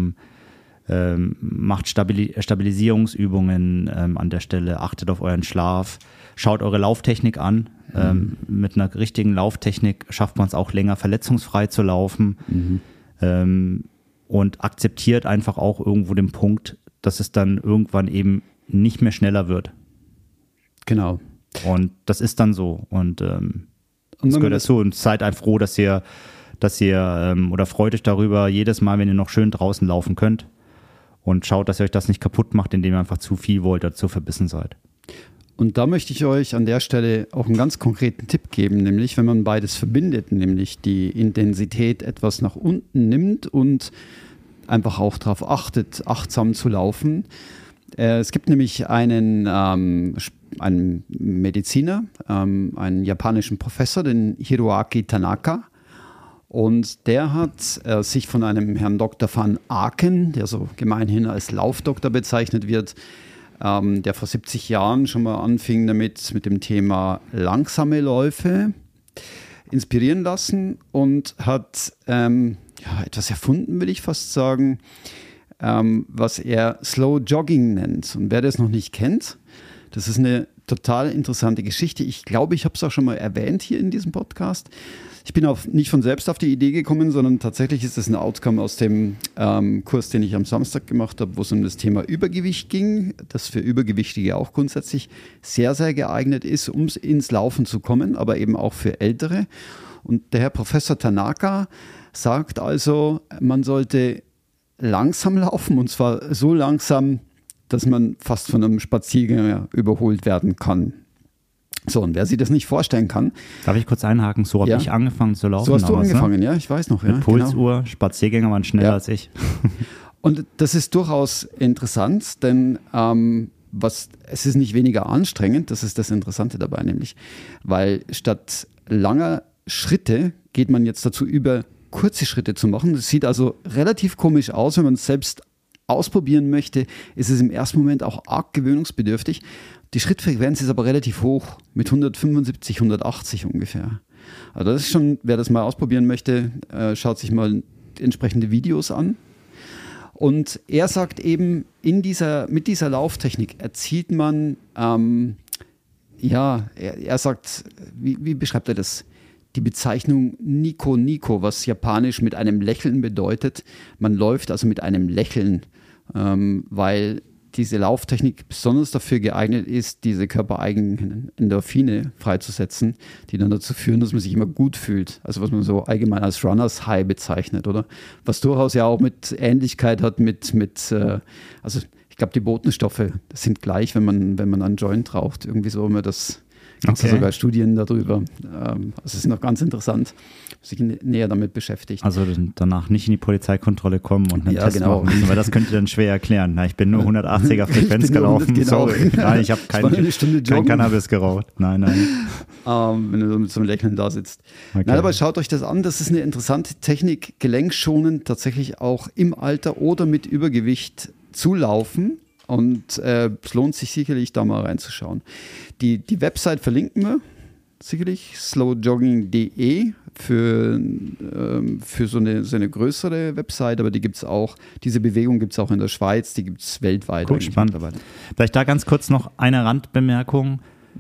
Speaker 2: macht Stabilisierungsübungen an der Stelle, achtet auf euren Schlaf. Schaut eure Lauftechnik an. Mit einer richtigen Lauftechnik schafft man es auch länger verletzungsfrei zu laufen. Und akzeptiert einfach auch irgendwo den Punkt, dass es dann irgendwann eben nicht mehr schneller wird.
Speaker 1: Genau.
Speaker 2: Und das ist dann so. Und das gehört dazu. Und seid einfach froh, dass ihr oder freut euch darüber jedes Mal, wenn ihr noch schön draußen laufen könnt. Und schaut, dass ihr euch das nicht kaputt macht, indem ihr einfach zu viel wollt oder zu verbissen seid.
Speaker 1: Und da möchte ich euch an der Stelle auch einen ganz konkreten Tipp geben, nämlich wenn man beides verbindet, nämlich die Intensität etwas nach unten nimmt und einfach auch darauf achtet, achtsam zu laufen. Es gibt nämlich einen Mediziner, einen japanischen Professor, den Hiroaki Tanaka. Und der hat sich von einem Herrn Dr. van Aken, der so gemeinhin als Laufdoktor bezeichnet wird, der vor 70 Jahren schon mal anfing mit dem Thema langsame Läufe, inspirieren lassen und hat etwas erfunden, will ich fast sagen, was er Slow Jogging nennt. Und wer das noch nicht kennt, das ist eine total interessante Geschichte. Ich glaube, ich habe es auch schon mal erwähnt hier in diesem Podcast. Ich bin nicht von selbst auf die Idee gekommen, sondern tatsächlich ist es ein Outcome aus dem Kurs, den ich am Samstag gemacht habe, wo es um das Thema Übergewicht ging, das für Übergewichtige auch grundsätzlich sehr, sehr geeignet ist, um ins Laufen zu kommen, aber eben auch für Ältere. Und der Herr Professor Tanaka sagt also, man sollte langsam laufen und zwar so langsam, dass man fast von einem Spaziergänger überholt werden kann. So, und wer sich das nicht vorstellen kann.
Speaker 2: Darf ich kurz einhaken? So habe ich angefangen zu laufen.
Speaker 1: So hast du angefangen,
Speaker 2: ne?
Speaker 1: Ja, ich weiß noch.
Speaker 2: Mit Pulsuhr, genau. Spaziergänger waren schneller als ich.
Speaker 1: Und das ist durchaus interessant, denn es ist nicht weniger anstrengend, das ist das Interessante dabei nämlich, weil statt langer Schritte geht man jetzt dazu über, kurze Schritte zu machen. Das sieht also relativ komisch aus, wenn man es selbst ausprobieren möchte, ist es im ersten Moment auch arg gewöhnungsbedürftig. Die Schrittfrequenz ist aber relativ hoch, mit 175, 180 ungefähr. Also das ist schon, wer das mal ausprobieren möchte, schaut sich mal entsprechende Videos an. Und er sagt eben, mit dieser Lauftechnik erzielt man, er sagt, wie beschreibt er das? Die Bezeichnung Nico Nico, was japanisch mit einem Lächeln bedeutet. Man läuft also mit einem Lächeln, weil diese Lauftechnik besonders dafür geeignet ist, diese körpereigenen Endorphine freizusetzen, die dann dazu führen, dass man sich immer gut fühlt. Also was man so allgemein als Runners High bezeichnet, oder? Was durchaus ja auch mit Ähnlichkeit hat also ich glaube, die Botenstoffe, das sind gleich, wenn man einen Joint raucht. Irgendwie so immer das. Gibt es sogar Studien darüber. Also es ist noch ganz interessant, sich näher damit beschäftigt.
Speaker 2: Also danach nicht in die Polizeikontrolle kommen und einen Test machen müssen, weil das könnt ihr dann schwer erklären. Na, ich bin nur 180er Frequenz gelaufen. Sorry. Nein, ich habe kein Cannabis geraucht. Nein.
Speaker 1: Wenn du mit so einem Lächeln da sitzt. Okay. Nein, aber schaut euch das an. Das ist eine interessante Technik, gelenkschonend tatsächlich auch im Alter oder mit Übergewicht zu laufen. Und es lohnt sich sicherlich, da mal reinzuschauen. Die Website verlinken wir sicherlich, slowjogging.de für so eine größere Website, aber diese Bewegung gibt es auch in der Schweiz, die gibt es weltweit.
Speaker 2: Cool, spannend. Vielleicht da ganz kurz noch eine Randbemerkung.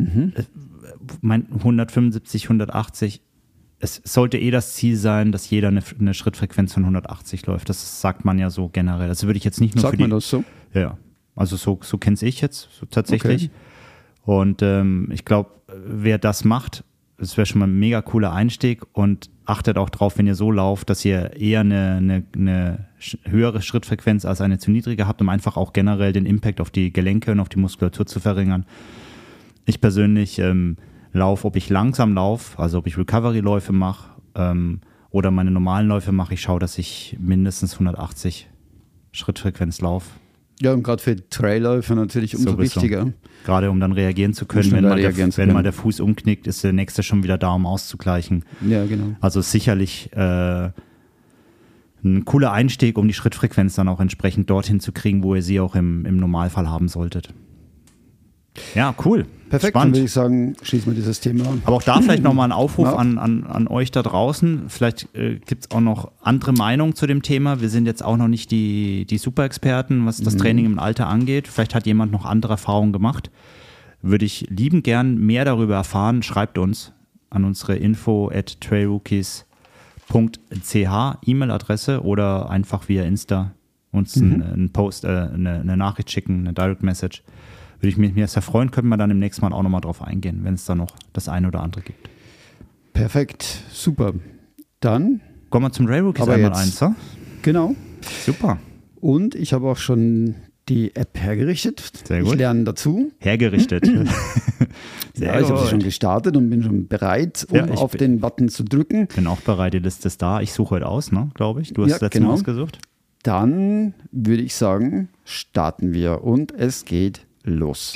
Speaker 2: 175, 180, es sollte das Ziel sein, dass jeder eine Schrittfrequenz von 180 läuft. Das sagt man ja so generell. Das würde ich jetzt nicht nur
Speaker 1: sagt man das so?
Speaker 2: Ja. Also so kenne ich jetzt so tatsächlich. Okay. Und ich glaube, wer das macht, das wäre schon mal ein mega cooler Einstieg und achtet auch drauf, wenn ihr so lauft, dass ihr eher eine höhere Schrittfrequenz als eine zu niedrige habt, um einfach auch generell den Impact auf die Gelenke und auf die Muskulatur zu verringern. Ich persönlich laufe, ob ich langsam laufe, also ob ich Recovery-Läufe mache oder meine normalen Läufe mache, ich schaue, dass ich mindestens 180 Schrittfrequenz laufe.
Speaker 1: Ja, und gerade für Trailläufe natürlich umso wichtiger.
Speaker 2: Gerade um dann reagieren zu können, wenn mal der Fuß umknickt, ist der nächste schon wieder da, um auszugleichen.
Speaker 1: Ja, genau.
Speaker 2: Also sicherlich ein cooler Einstieg, um die Schrittfrequenz dann auch entsprechend dorthin zu kriegen, wo ihr sie auch im Normalfall haben solltet. Ja, cool.
Speaker 1: Perfekt,
Speaker 2: spannend.
Speaker 1: Dann würde ich sagen, schließen wir dieses Thema an.
Speaker 2: Aber auch da vielleicht nochmal ein Aufruf an euch da draußen. Vielleicht gibt es auch noch andere Meinungen zu dem Thema. Wir sind jetzt auch noch nicht die Super-Experten, was das Training im Alter angeht. Vielleicht hat jemand noch andere Erfahrungen gemacht. Würde ich liebend gern mehr darüber erfahren. Schreibt uns an unsere info@trailrookies.ch E-Mail-Adresse oder einfach via Insta uns einen Post, eine Nachricht schicken, eine Direct Message. Würde ich mich sehr freuen, könnten wir dann im nächsten Mal auch nochmal drauf eingehen, wenn es da noch das eine oder andere gibt.
Speaker 1: Perfekt, super. Dann
Speaker 2: kommen wir zum Trailrookies einmal eins, so?
Speaker 1: Genau.
Speaker 2: Super.
Speaker 1: Und ich habe auch schon die App hergerichtet.
Speaker 2: Sehr gut.
Speaker 1: Ich lerne dazu.
Speaker 2: Hergerichtet.
Speaker 1: Sehr gut. Ich habe sie schon gestartet und bin schon bereit, auf den Button zu drücken.
Speaker 2: Bin auch bereit, die Liste ist da. Ich suche heute aus, ne, glaube ich. Du hast das letzte Mal ausgesucht.
Speaker 1: Dann würde ich sagen, starten wir und es geht los.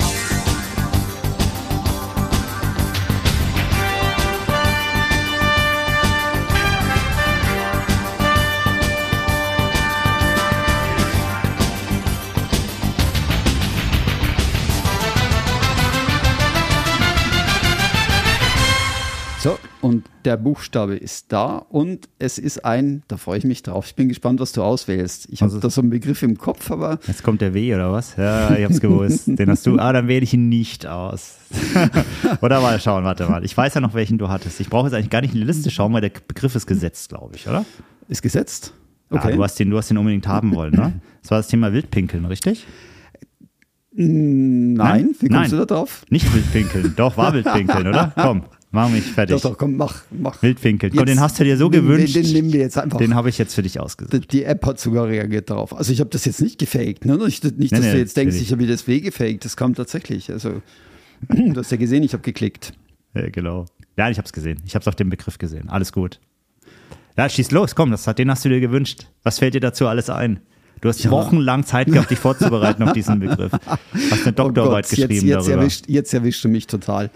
Speaker 1: So, und der Buchstabe ist da und es ist da freue ich mich drauf. Ich bin gespannt, was du auswählst. Ich habe da so einen Begriff im Kopf, aber...
Speaker 2: Jetzt kommt der W oder was? Ja, ich habe es gewusst. Den hast du. Dann wähle ich ihn nicht aus. Oder mal schauen, warte mal. Ich weiß ja noch, welchen du hattest. Ich brauche jetzt eigentlich gar nicht in die Liste schauen, weil der Begriff ist gesetzt, glaube ich, oder?
Speaker 1: Ist gesetzt?
Speaker 2: Okay. Ja, du hast den unbedingt haben wollen, ne? Das war das Thema Wildpinkeln, richtig?
Speaker 1: Nein, wie kommst du da drauf?
Speaker 2: Nicht Wildpinkeln, doch, war Wildpinkeln, oder? Komm. Mach mich fertig.
Speaker 1: Doch, komm, mach.
Speaker 2: Wildpinkeln. Komm, den hast du dir so gewünscht.
Speaker 1: Den nehmen wir jetzt einfach.
Speaker 2: Den habe ich jetzt für dich ausgesucht.
Speaker 1: Die App hat sogar reagiert darauf. Also ich habe das jetzt nicht gefaked. Ne? Nicht, dass du jetzt denkst, ich habe mir das gefaked. Das kam tatsächlich. Also du hast ja gesehen, ich habe geklickt.
Speaker 2: Ja, genau. Ja, ich habe es gesehen. Ich habe es auf dem Begriff gesehen. Alles gut. Ja, schieß los. Komm, den hast du dir gewünscht. Was fällt dir dazu alles ein? Du hast wochenlang Zeit gehabt, dich vorzubereiten auf diesen Begriff. Hast eine Doktorarbeit geschrieben darüber.
Speaker 1: Jetzt erwischst du mich total.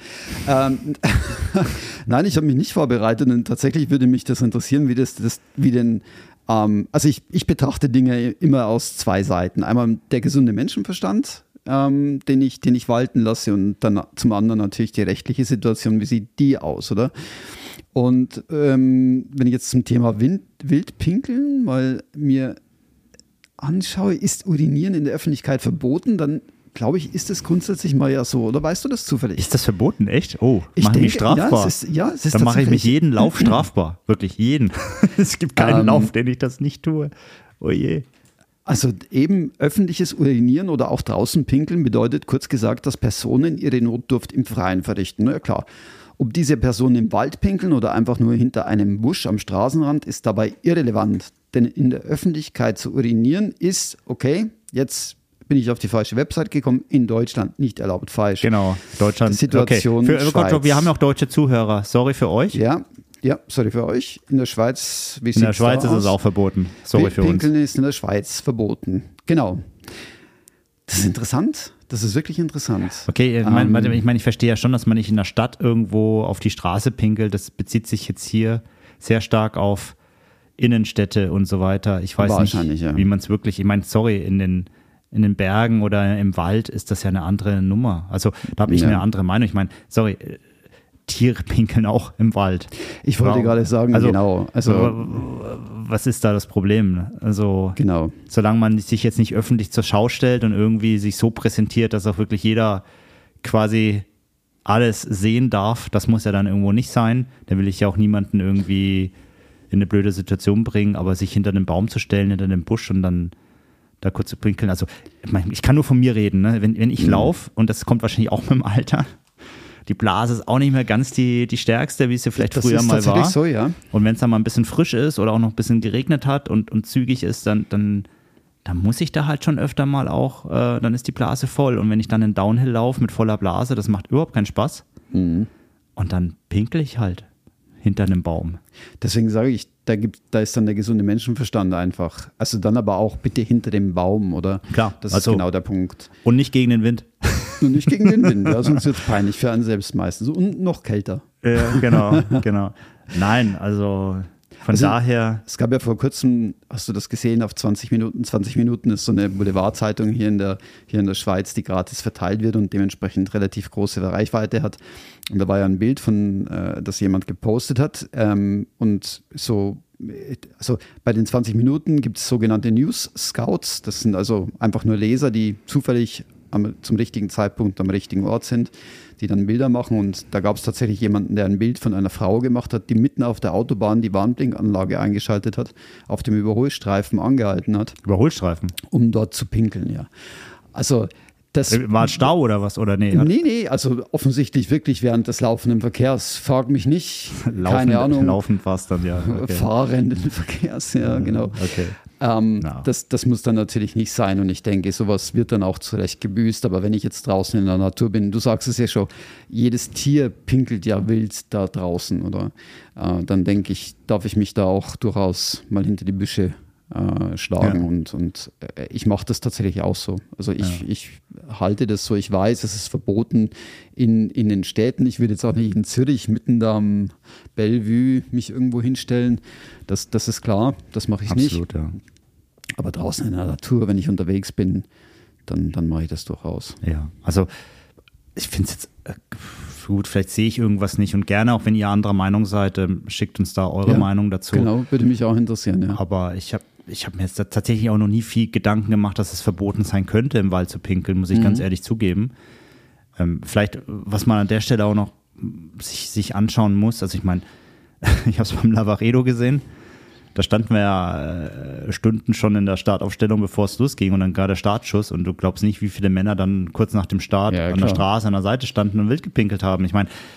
Speaker 1: Nein, ich habe mich nicht vorbereitet und tatsächlich würde mich das interessieren, also ich betrachte Dinge immer aus zwei Seiten. Einmal der gesunde Menschenverstand, den ich walten lasse und dann zum anderen natürlich die rechtliche Situation, wie sieht die aus, oder? Und wenn ich jetzt zum Thema Wildpinkeln mal mir anschaue, ist Urinieren in der Öffentlichkeit verboten, dann glaube ich, ist das grundsätzlich mal ja so. Oder weißt du das zufällig?
Speaker 2: Ist das verboten? Echt? Oh, mache ich mich strafbar?
Speaker 1: Es ist
Speaker 2: dann mache ich mich jeden Lauf strafbar. Wirklich jeden. Es gibt keinen Lauf, den ich das nicht tue. Oh je.
Speaker 1: Also eben öffentliches Urinieren oder auch draußen pinkeln bedeutet kurz gesagt, dass Personen ihre Notdurft im Freien verrichten. Na ja, klar. Ob diese Personen im Wald pinkeln oder einfach nur hinter einem Busch am Straßenrand, ist dabei irrelevant. Denn in der Öffentlichkeit zu urinieren ist, okay, jetzt bin ich auf die falsche Website gekommen, in Deutschland nicht erlaubt, falsch.
Speaker 2: Genau, Deutschland.
Speaker 1: Situation
Speaker 2: okay. Gott, wir haben ja auch deutsche Zuhörer, sorry für euch.
Speaker 1: Ja, sorry für euch. In der Schweiz,
Speaker 2: wie in der Schweiz ist es auch verboten, sorry für uns.
Speaker 1: Pinkeln ist in der Schweiz verboten, genau. Das ist interessant. Das ist wirklich interessant.
Speaker 2: Okay, ich verstehe ja schon, dass man nicht in der Stadt irgendwo auf die Straße pinkelt. Das bezieht sich jetzt hier sehr stark auf Innenstädte und so weiter. Ich weiß nicht, wie man es wirklich, in den Bergen oder im Wald ist das ja eine andere Nummer. Also da habe ich eine andere Meinung. Ich meine, Tiere pinkeln auch im Wald.
Speaker 1: Ich wollte gerade sagen, genau. Also
Speaker 2: was ist da das Problem? Also
Speaker 1: genau.
Speaker 2: Solange man sich jetzt nicht öffentlich zur Schau stellt und irgendwie sich so präsentiert, dass auch wirklich jeder quasi alles sehen darf, das muss ja dann irgendwo nicht sein. Dann will ich ja auch niemanden irgendwie in eine blöde Situation bringen, aber sich hinter einen Baum zu stellen, hinter einem Busch und dann da kurz zu pinkeln. Also ich kann nur von mir reden, ne? Wenn ich laufe, und das kommt wahrscheinlich auch mit dem Alter, die Blase ist auch nicht mehr ganz die stärkste, wie es ja vielleicht früher mal war.
Speaker 1: So, ja.
Speaker 2: Und wenn es dann mal ein bisschen frisch ist oder auch noch ein bisschen geregnet hat und zügig ist, dann muss ich da halt schon öfter mal auch, dann ist die Blase voll. Und wenn ich dann einen Downhill laufe mit voller Blase, das macht überhaupt keinen Spaß. Mhm. Und dann pinkel ich halt hinter einem Baum.
Speaker 1: Deswegen sage ich, da ist dann der gesunde Menschenverstand einfach. Also dann aber auch bitte hinter dem Baum, oder?
Speaker 2: Klar.
Speaker 1: Das ist genau der Punkt.
Speaker 2: Und nicht gegen den Wind.
Speaker 1: Und nicht gegen den Wind, ja, sonst wird es peinlich für einen selbst meistens. Und noch kälter.
Speaker 2: Ja, genau. Nein, also von daher.
Speaker 1: Es gab ja vor kurzem, hast du das gesehen, auf 20 Minuten? 20 Minuten ist so eine Boulevardzeitung hier in der Schweiz, die gratis verteilt wird und dementsprechend relativ große Reichweite hat. Und da war ja ein Bild das jemand gepostet hat. Und so, also bei den 20 Minuten gibt es sogenannte News Scouts. Das sind also einfach nur Leser, die zufällig zum richtigen Zeitpunkt am richtigen Ort sind, die dann Bilder machen. Und da gab es tatsächlich jemanden, der ein Bild von einer Frau gemacht hat, die mitten auf der Autobahn die Warnblinkanlage eingeschaltet hat, auf dem Überholstreifen angehalten hat.
Speaker 2: Überholstreifen?
Speaker 1: Um dort zu pinkeln, ja. Also das
Speaker 2: war Stau oder was? Oder nee?
Speaker 1: Nee, also offensichtlich wirklich während des laufenden Verkehrs. Frag mich nicht, keine Ahnung.
Speaker 2: Laufend war es dann, ja.
Speaker 1: Okay. Fahrenden Verkehrs, ja, genau.
Speaker 2: Okay.
Speaker 1: Das muss dann natürlich nicht sein und ich denke, sowas wird dann auch zurecht gebüßt, aber wenn ich jetzt draußen in der Natur bin, du sagst es ja schon, jedes Tier pinkelt ja wild da draußen, oder? Dann denke ich, darf ich mich da auch durchaus mal hinter die Büsche schlagen und ich mache das tatsächlich auch so. Also ich halte das so, ich weiß, es ist verboten in den Städten. Ich würde jetzt auch nicht in Zürich mitten da am Bellevue mich irgendwo hinstellen. Das ist klar, das mache ich nicht.
Speaker 2: Absolut, ja.
Speaker 1: Aber draußen in der Natur, wenn ich unterwegs bin, dann mache ich das durchaus.
Speaker 2: Ja, also ich finde es jetzt gut, vielleicht sehe ich irgendwas nicht und gerne, auch wenn ihr anderer Meinung seid, schickt uns da eure Meinung dazu.
Speaker 1: Genau, würde mich auch interessieren, ja.
Speaker 2: Aber ich habe mir jetzt tatsächlich auch noch nie viel Gedanken gemacht, dass es verboten sein könnte, im Wald zu pinkeln, muss ich ganz ehrlich zugeben. Vielleicht, was man an der Stelle auch noch sich anschauen muss, also ich meine, ich habe es beim Lavaredo gesehen, da standen wir ja Stunden schon in der Startaufstellung, bevor es losging und dann gerade der Startschuss und du glaubst nicht, wie viele Männer dann kurz nach dem Start an der Straße, an der Seite standen und wild gepinkelt haben. Ich meine,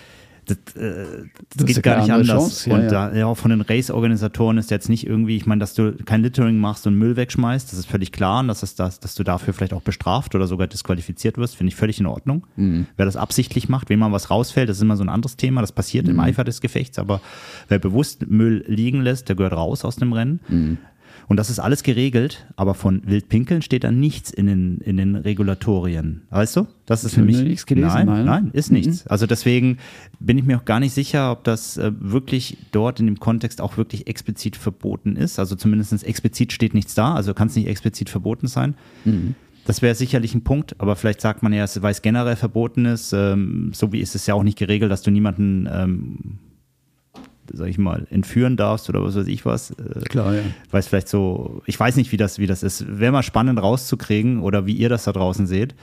Speaker 2: Das geht gar nicht anders.
Speaker 1: Chance. Ja,
Speaker 2: und da auch von den Race-Organisatoren ist jetzt nicht irgendwie, ich meine, dass du kein Littering machst und Müll wegschmeißt, das ist völlig klar und dass du dafür vielleicht auch bestraft oder sogar disqualifiziert wirst, finde ich völlig in Ordnung. Wer das absichtlich macht, wem mal was rausfällt, das ist immer so ein anderes Thema, das passiert im Eifer des Gefechts, aber wer bewusst Müll liegen lässt, der gehört raus aus dem Rennen. Und das ist alles geregelt, aber von Wildpinkeln steht da nichts in den Regulatorien. Weißt du? Das ist für mich
Speaker 1: nichts gelesen.
Speaker 2: Nein, ist nichts. Also deswegen bin ich mir auch gar nicht sicher, ob das wirklich dort in dem Kontext auch wirklich explizit verboten ist. Also zumindest explizit steht nichts da, also kann es nicht explizit verboten sein. Das wäre sicherlich ein Punkt, aber vielleicht sagt man ja, weil es generell verboten ist, so wie ist es ja auch nicht geregelt, dass du niemanden sag ich mal, entführen darfst oder was weiß ich was.
Speaker 1: Klar, ja.
Speaker 2: Weil es vielleicht so, ich weiß nicht, wie das ist. Wäre mal spannend rauszukriegen oder wie ihr das da draußen seht.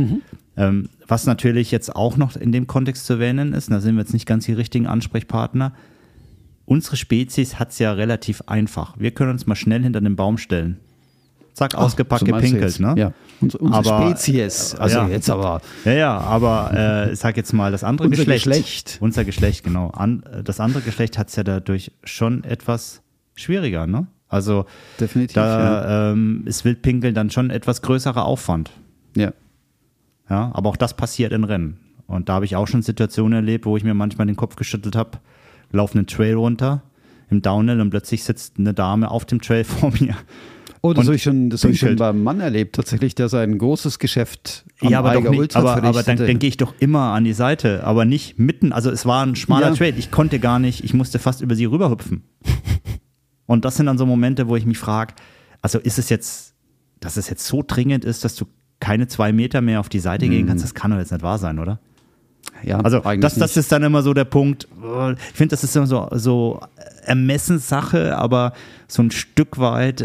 Speaker 2: Was natürlich jetzt auch noch in dem Kontext zu erwähnen ist, und da sind wir jetzt nicht ganz die richtigen Ansprechpartner, unsere Spezies hat es ja relativ einfach. Wir können uns mal schnell hinter den Baum stellen. Zack, ausgepackt,
Speaker 1: so
Speaker 2: gepinkelt, ne?
Speaker 1: Ja, unsere
Speaker 2: aber,
Speaker 1: Spezies, also
Speaker 2: ja,
Speaker 1: jetzt aber.
Speaker 2: Ja, aber ich sag jetzt mal, das andere
Speaker 1: Unser
Speaker 2: Geschlecht.
Speaker 1: Geschlecht.
Speaker 2: Unser Geschlecht, genau. Das andere Geschlecht hat es ja dadurch schon etwas schwieriger, ne? Also
Speaker 1: Definitiv,
Speaker 2: da ist Wildpinkeln dann schon etwas größerer Aufwand.
Speaker 1: Ja.
Speaker 2: Ja, aber auch das passiert in Rennen. Und da habe ich auch schon Situationen erlebt, wo ich mir manchmal den Kopf geschüttelt habe, laufe einen Trail runter im Downhill und plötzlich sitzt eine Dame auf dem Trail vor mir.
Speaker 1: Oh, das habe ich schon beim Mann erlebt, tatsächlich, der sein großes Geschäft am
Speaker 2: aber
Speaker 1: Eiger Ultra
Speaker 2: aber dann gehe ich doch immer an die Seite, aber nicht mitten. Also es war ein schmaler Trail, ich konnte gar nicht, ich musste fast über sie rüberhüpfen. Und das sind dann so Momente, wo ich mich frage, also ist es jetzt, dass es jetzt so dringend ist, dass du keine 2 Meter mehr auf die Seite gehen kannst, das kann doch jetzt nicht wahr sein, oder?
Speaker 1: Ja,
Speaker 2: also das ist dann immer so der Punkt, ich finde, das ist immer so Ermessenssache, aber so ein Stück weit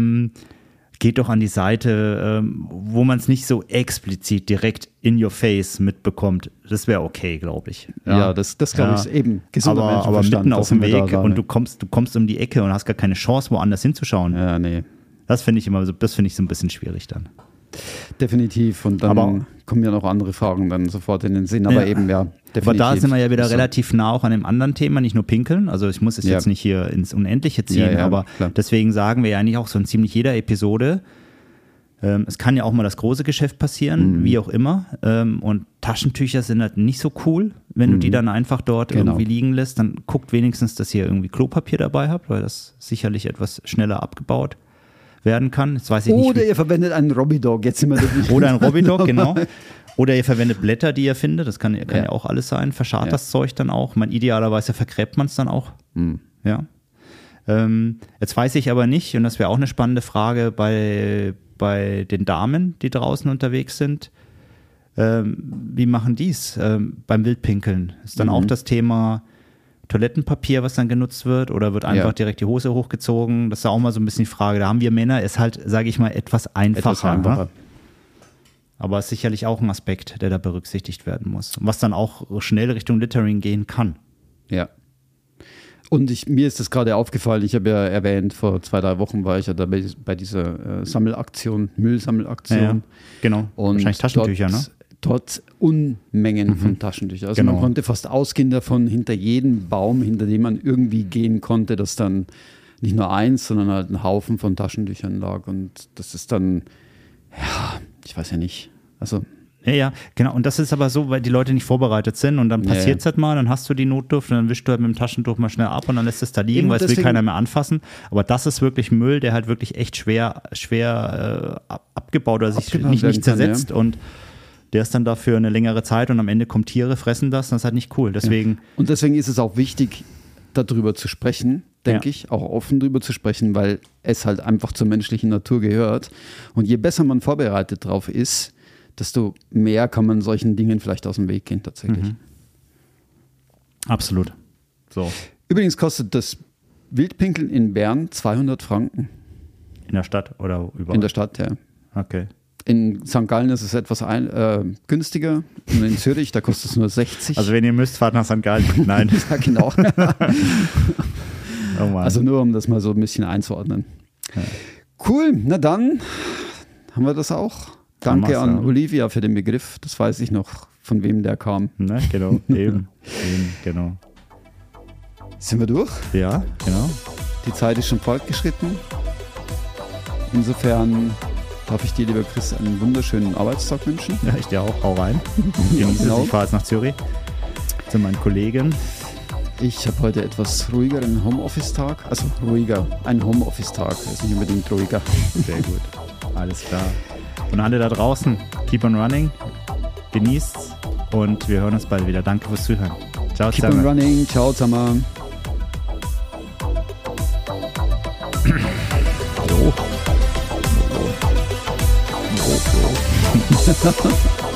Speaker 2: geht doch an die Seite, wo man es nicht so explizit direkt in your face mitbekommt. Das wäre okay, glaube ich.
Speaker 1: Ja, das glaube ich eben.
Speaker 2: Aber mitten auf dem Weg und du kommst um die Ecke und hast gar keine Chance, woanders hinzuschauen.
Speaker 1: Ja, nee.
Speaker 2: Das finde ich so ein bisschen schwierig dann.
Speaker 1: Definitiv. Und dann kommen ja noch andere Fragen dann sofort in den Sinn. Aber eben, ja, definitiv.
Speaker 2: Aber da sind wir ja wieder relativ nah auch an einem anderen Thema, nicht nur Pinkeln. Also ich muss es jetzt nicht hier ins Unendliche ziehen, aber klar. Deswegen sagen wir ja eigentlich auch so in ziemlich jeder Episode, es kann ja auch mal das große Geschäft passieren, wie auch immer. Und Taschentücher sind halt nicht so cool, wenn du die dann einfach dort irgendwie liegen lässt. Dann guckt wenigstens, dass ihr irgendwie Klopapier dabei habt, weil das sicherlich etwas schneller abgebaut werden kann. Jetzt weiß ich nicht,
Speaker 1: oder ihr verwendet einen Robidog, jetzt sind wir
Speaker 2: oder ein Robidog, genau. Oder ihr verwendet Blätter, die ihr findet, das kann ja auch alles sein. Verscharrt das Zeug dann auch. Idealerweise vergräbt man es dann auch. Ja. Jetzt weiß ich aber nicht, und das wäre auch eine spannende Frage bei den Damen, die draußen unterwegs sind, wie machen die es beim Wildpinkeln? Ist dann auch das Thema Toilettenpapier, was dann genutzt wird, oder wird einfach direkt die Hose hochgezogen? Das ist auch mal so ein bisschen die Frage. Da haben wir Männer, ist halt, sage ich mal, etwas einfacher. Ne? Aber ist sicherlich auch ein Aspekt, der da berücksichtigt werden muss. Was dann auch schnell Richtung Littering gehen kann.
Speaker 1: Ja. Und mir ist das gerade aufgefallen, ich habe ja erwähnt, vor 2-3 Wochen war ich ja dabei bei dieser Müllsammelaktion.
Speaker 2: Ja, genau.
Speaker 1: Und
Speaker 2: wahrscheinlich Taschentücher, ne?
Speaker 1: Dort Unmengen von Taschentüchern. Also man konnte fast ausgehen davon, hinter jedem Baum, hinter dem man irgendwie gehen konnte, dass dann nicht nur eins, sondern halt ein Haufen von Taschentüchern lag. Und das ist dann, ja, ich weiß ja nicht. Also
Speaker 2: Ja, genau. Und das ist aber so, weil die Leute nicht vorbereitet sind und dann passiert es halt mal, dann hast du die Notduft und dann wischst du halt mit dem Taschentuch mal schnell ab und dann lässt es da liegen, weil es will keiner mehr anfassen. Aber das ist wirklich Müll, der halt wirklich echt schwer abgebaut oder sich nicht zersetzt und der ist dann dafür eine längere Zeit und am Ende kommen Tiere, fressen das, ist halt nicht cool. Deswegen
Speaker 1: Und deswegen ist es auch wichtig, darüber zu sprechen, denke ich, auch offen darüber zu sprechen, weil es halt einfach zur menschlichen Natur gehört. Und je besser man vorbereitet drauf ist, desto mehr kann man solchen Dingen vielleicht aus dem Weg gehen tatsächlich.
Speaker 2: Absolut. So.
Speaker 1: Übrigens kostet das Wildpinkeln in Bern 200 Franken.
Speaker 2: In der Stadt oder überall?
Speaker 1: In der Stadt, ja.
Speaker 2: Okay.
Speaker 1: In St. Gallen ist es etwas günstiger und in Zürich, da kostet es nur 60.
Speaker 2: Also wenn ihr müsst, fahrt nach St. Gallen. Nein.
Speaker 1: Ja, genau.
Speaker 2: Oh Mann.
Speaker 1: Also nur, um das mal so ein bisschen einzuordnen. Ja. Cool, na dann haben wir das auch. Danke an Olivia für den Begriff, das weiß ich noch von wem der kam.
Speaker 2: Ne, genau, eben, genau.
Speaker 1: Sind wir durch?
Speaker 2: Ja, genau.
Speaker 1: Die Zeit ist schon fortgeschritten. Insofern darf ich dir, lieber Chris, einen wunderschönen Arbeitstag wünschen.
Speaker 2: Ja, ich dir auch. Hau rein. Genieße
Speaker 1: Genau.
Speaker 2: es. Ich fahre jetzt nach Zürich zu meinen Kollegen.
Speaker 1: Ich habe heute etwas ruhigeren Homeoffice-Tag. Also ruhiger, ein Homeoffice-Tag. Ist nicht unbedingt ruhiger.
Speaker 2: Sehr gut. Alles klar. Und alle da draußen, keep on running. Genießt's. Und wir hören uns bald wieder. Danke fürs Zuhören. Ciao
Speaker 1: Keep
Speaker 2: zusammen.
Speaker 1: on running. Ciao zusammen.
Speaker 2: Hallo. Hallo. Hallo.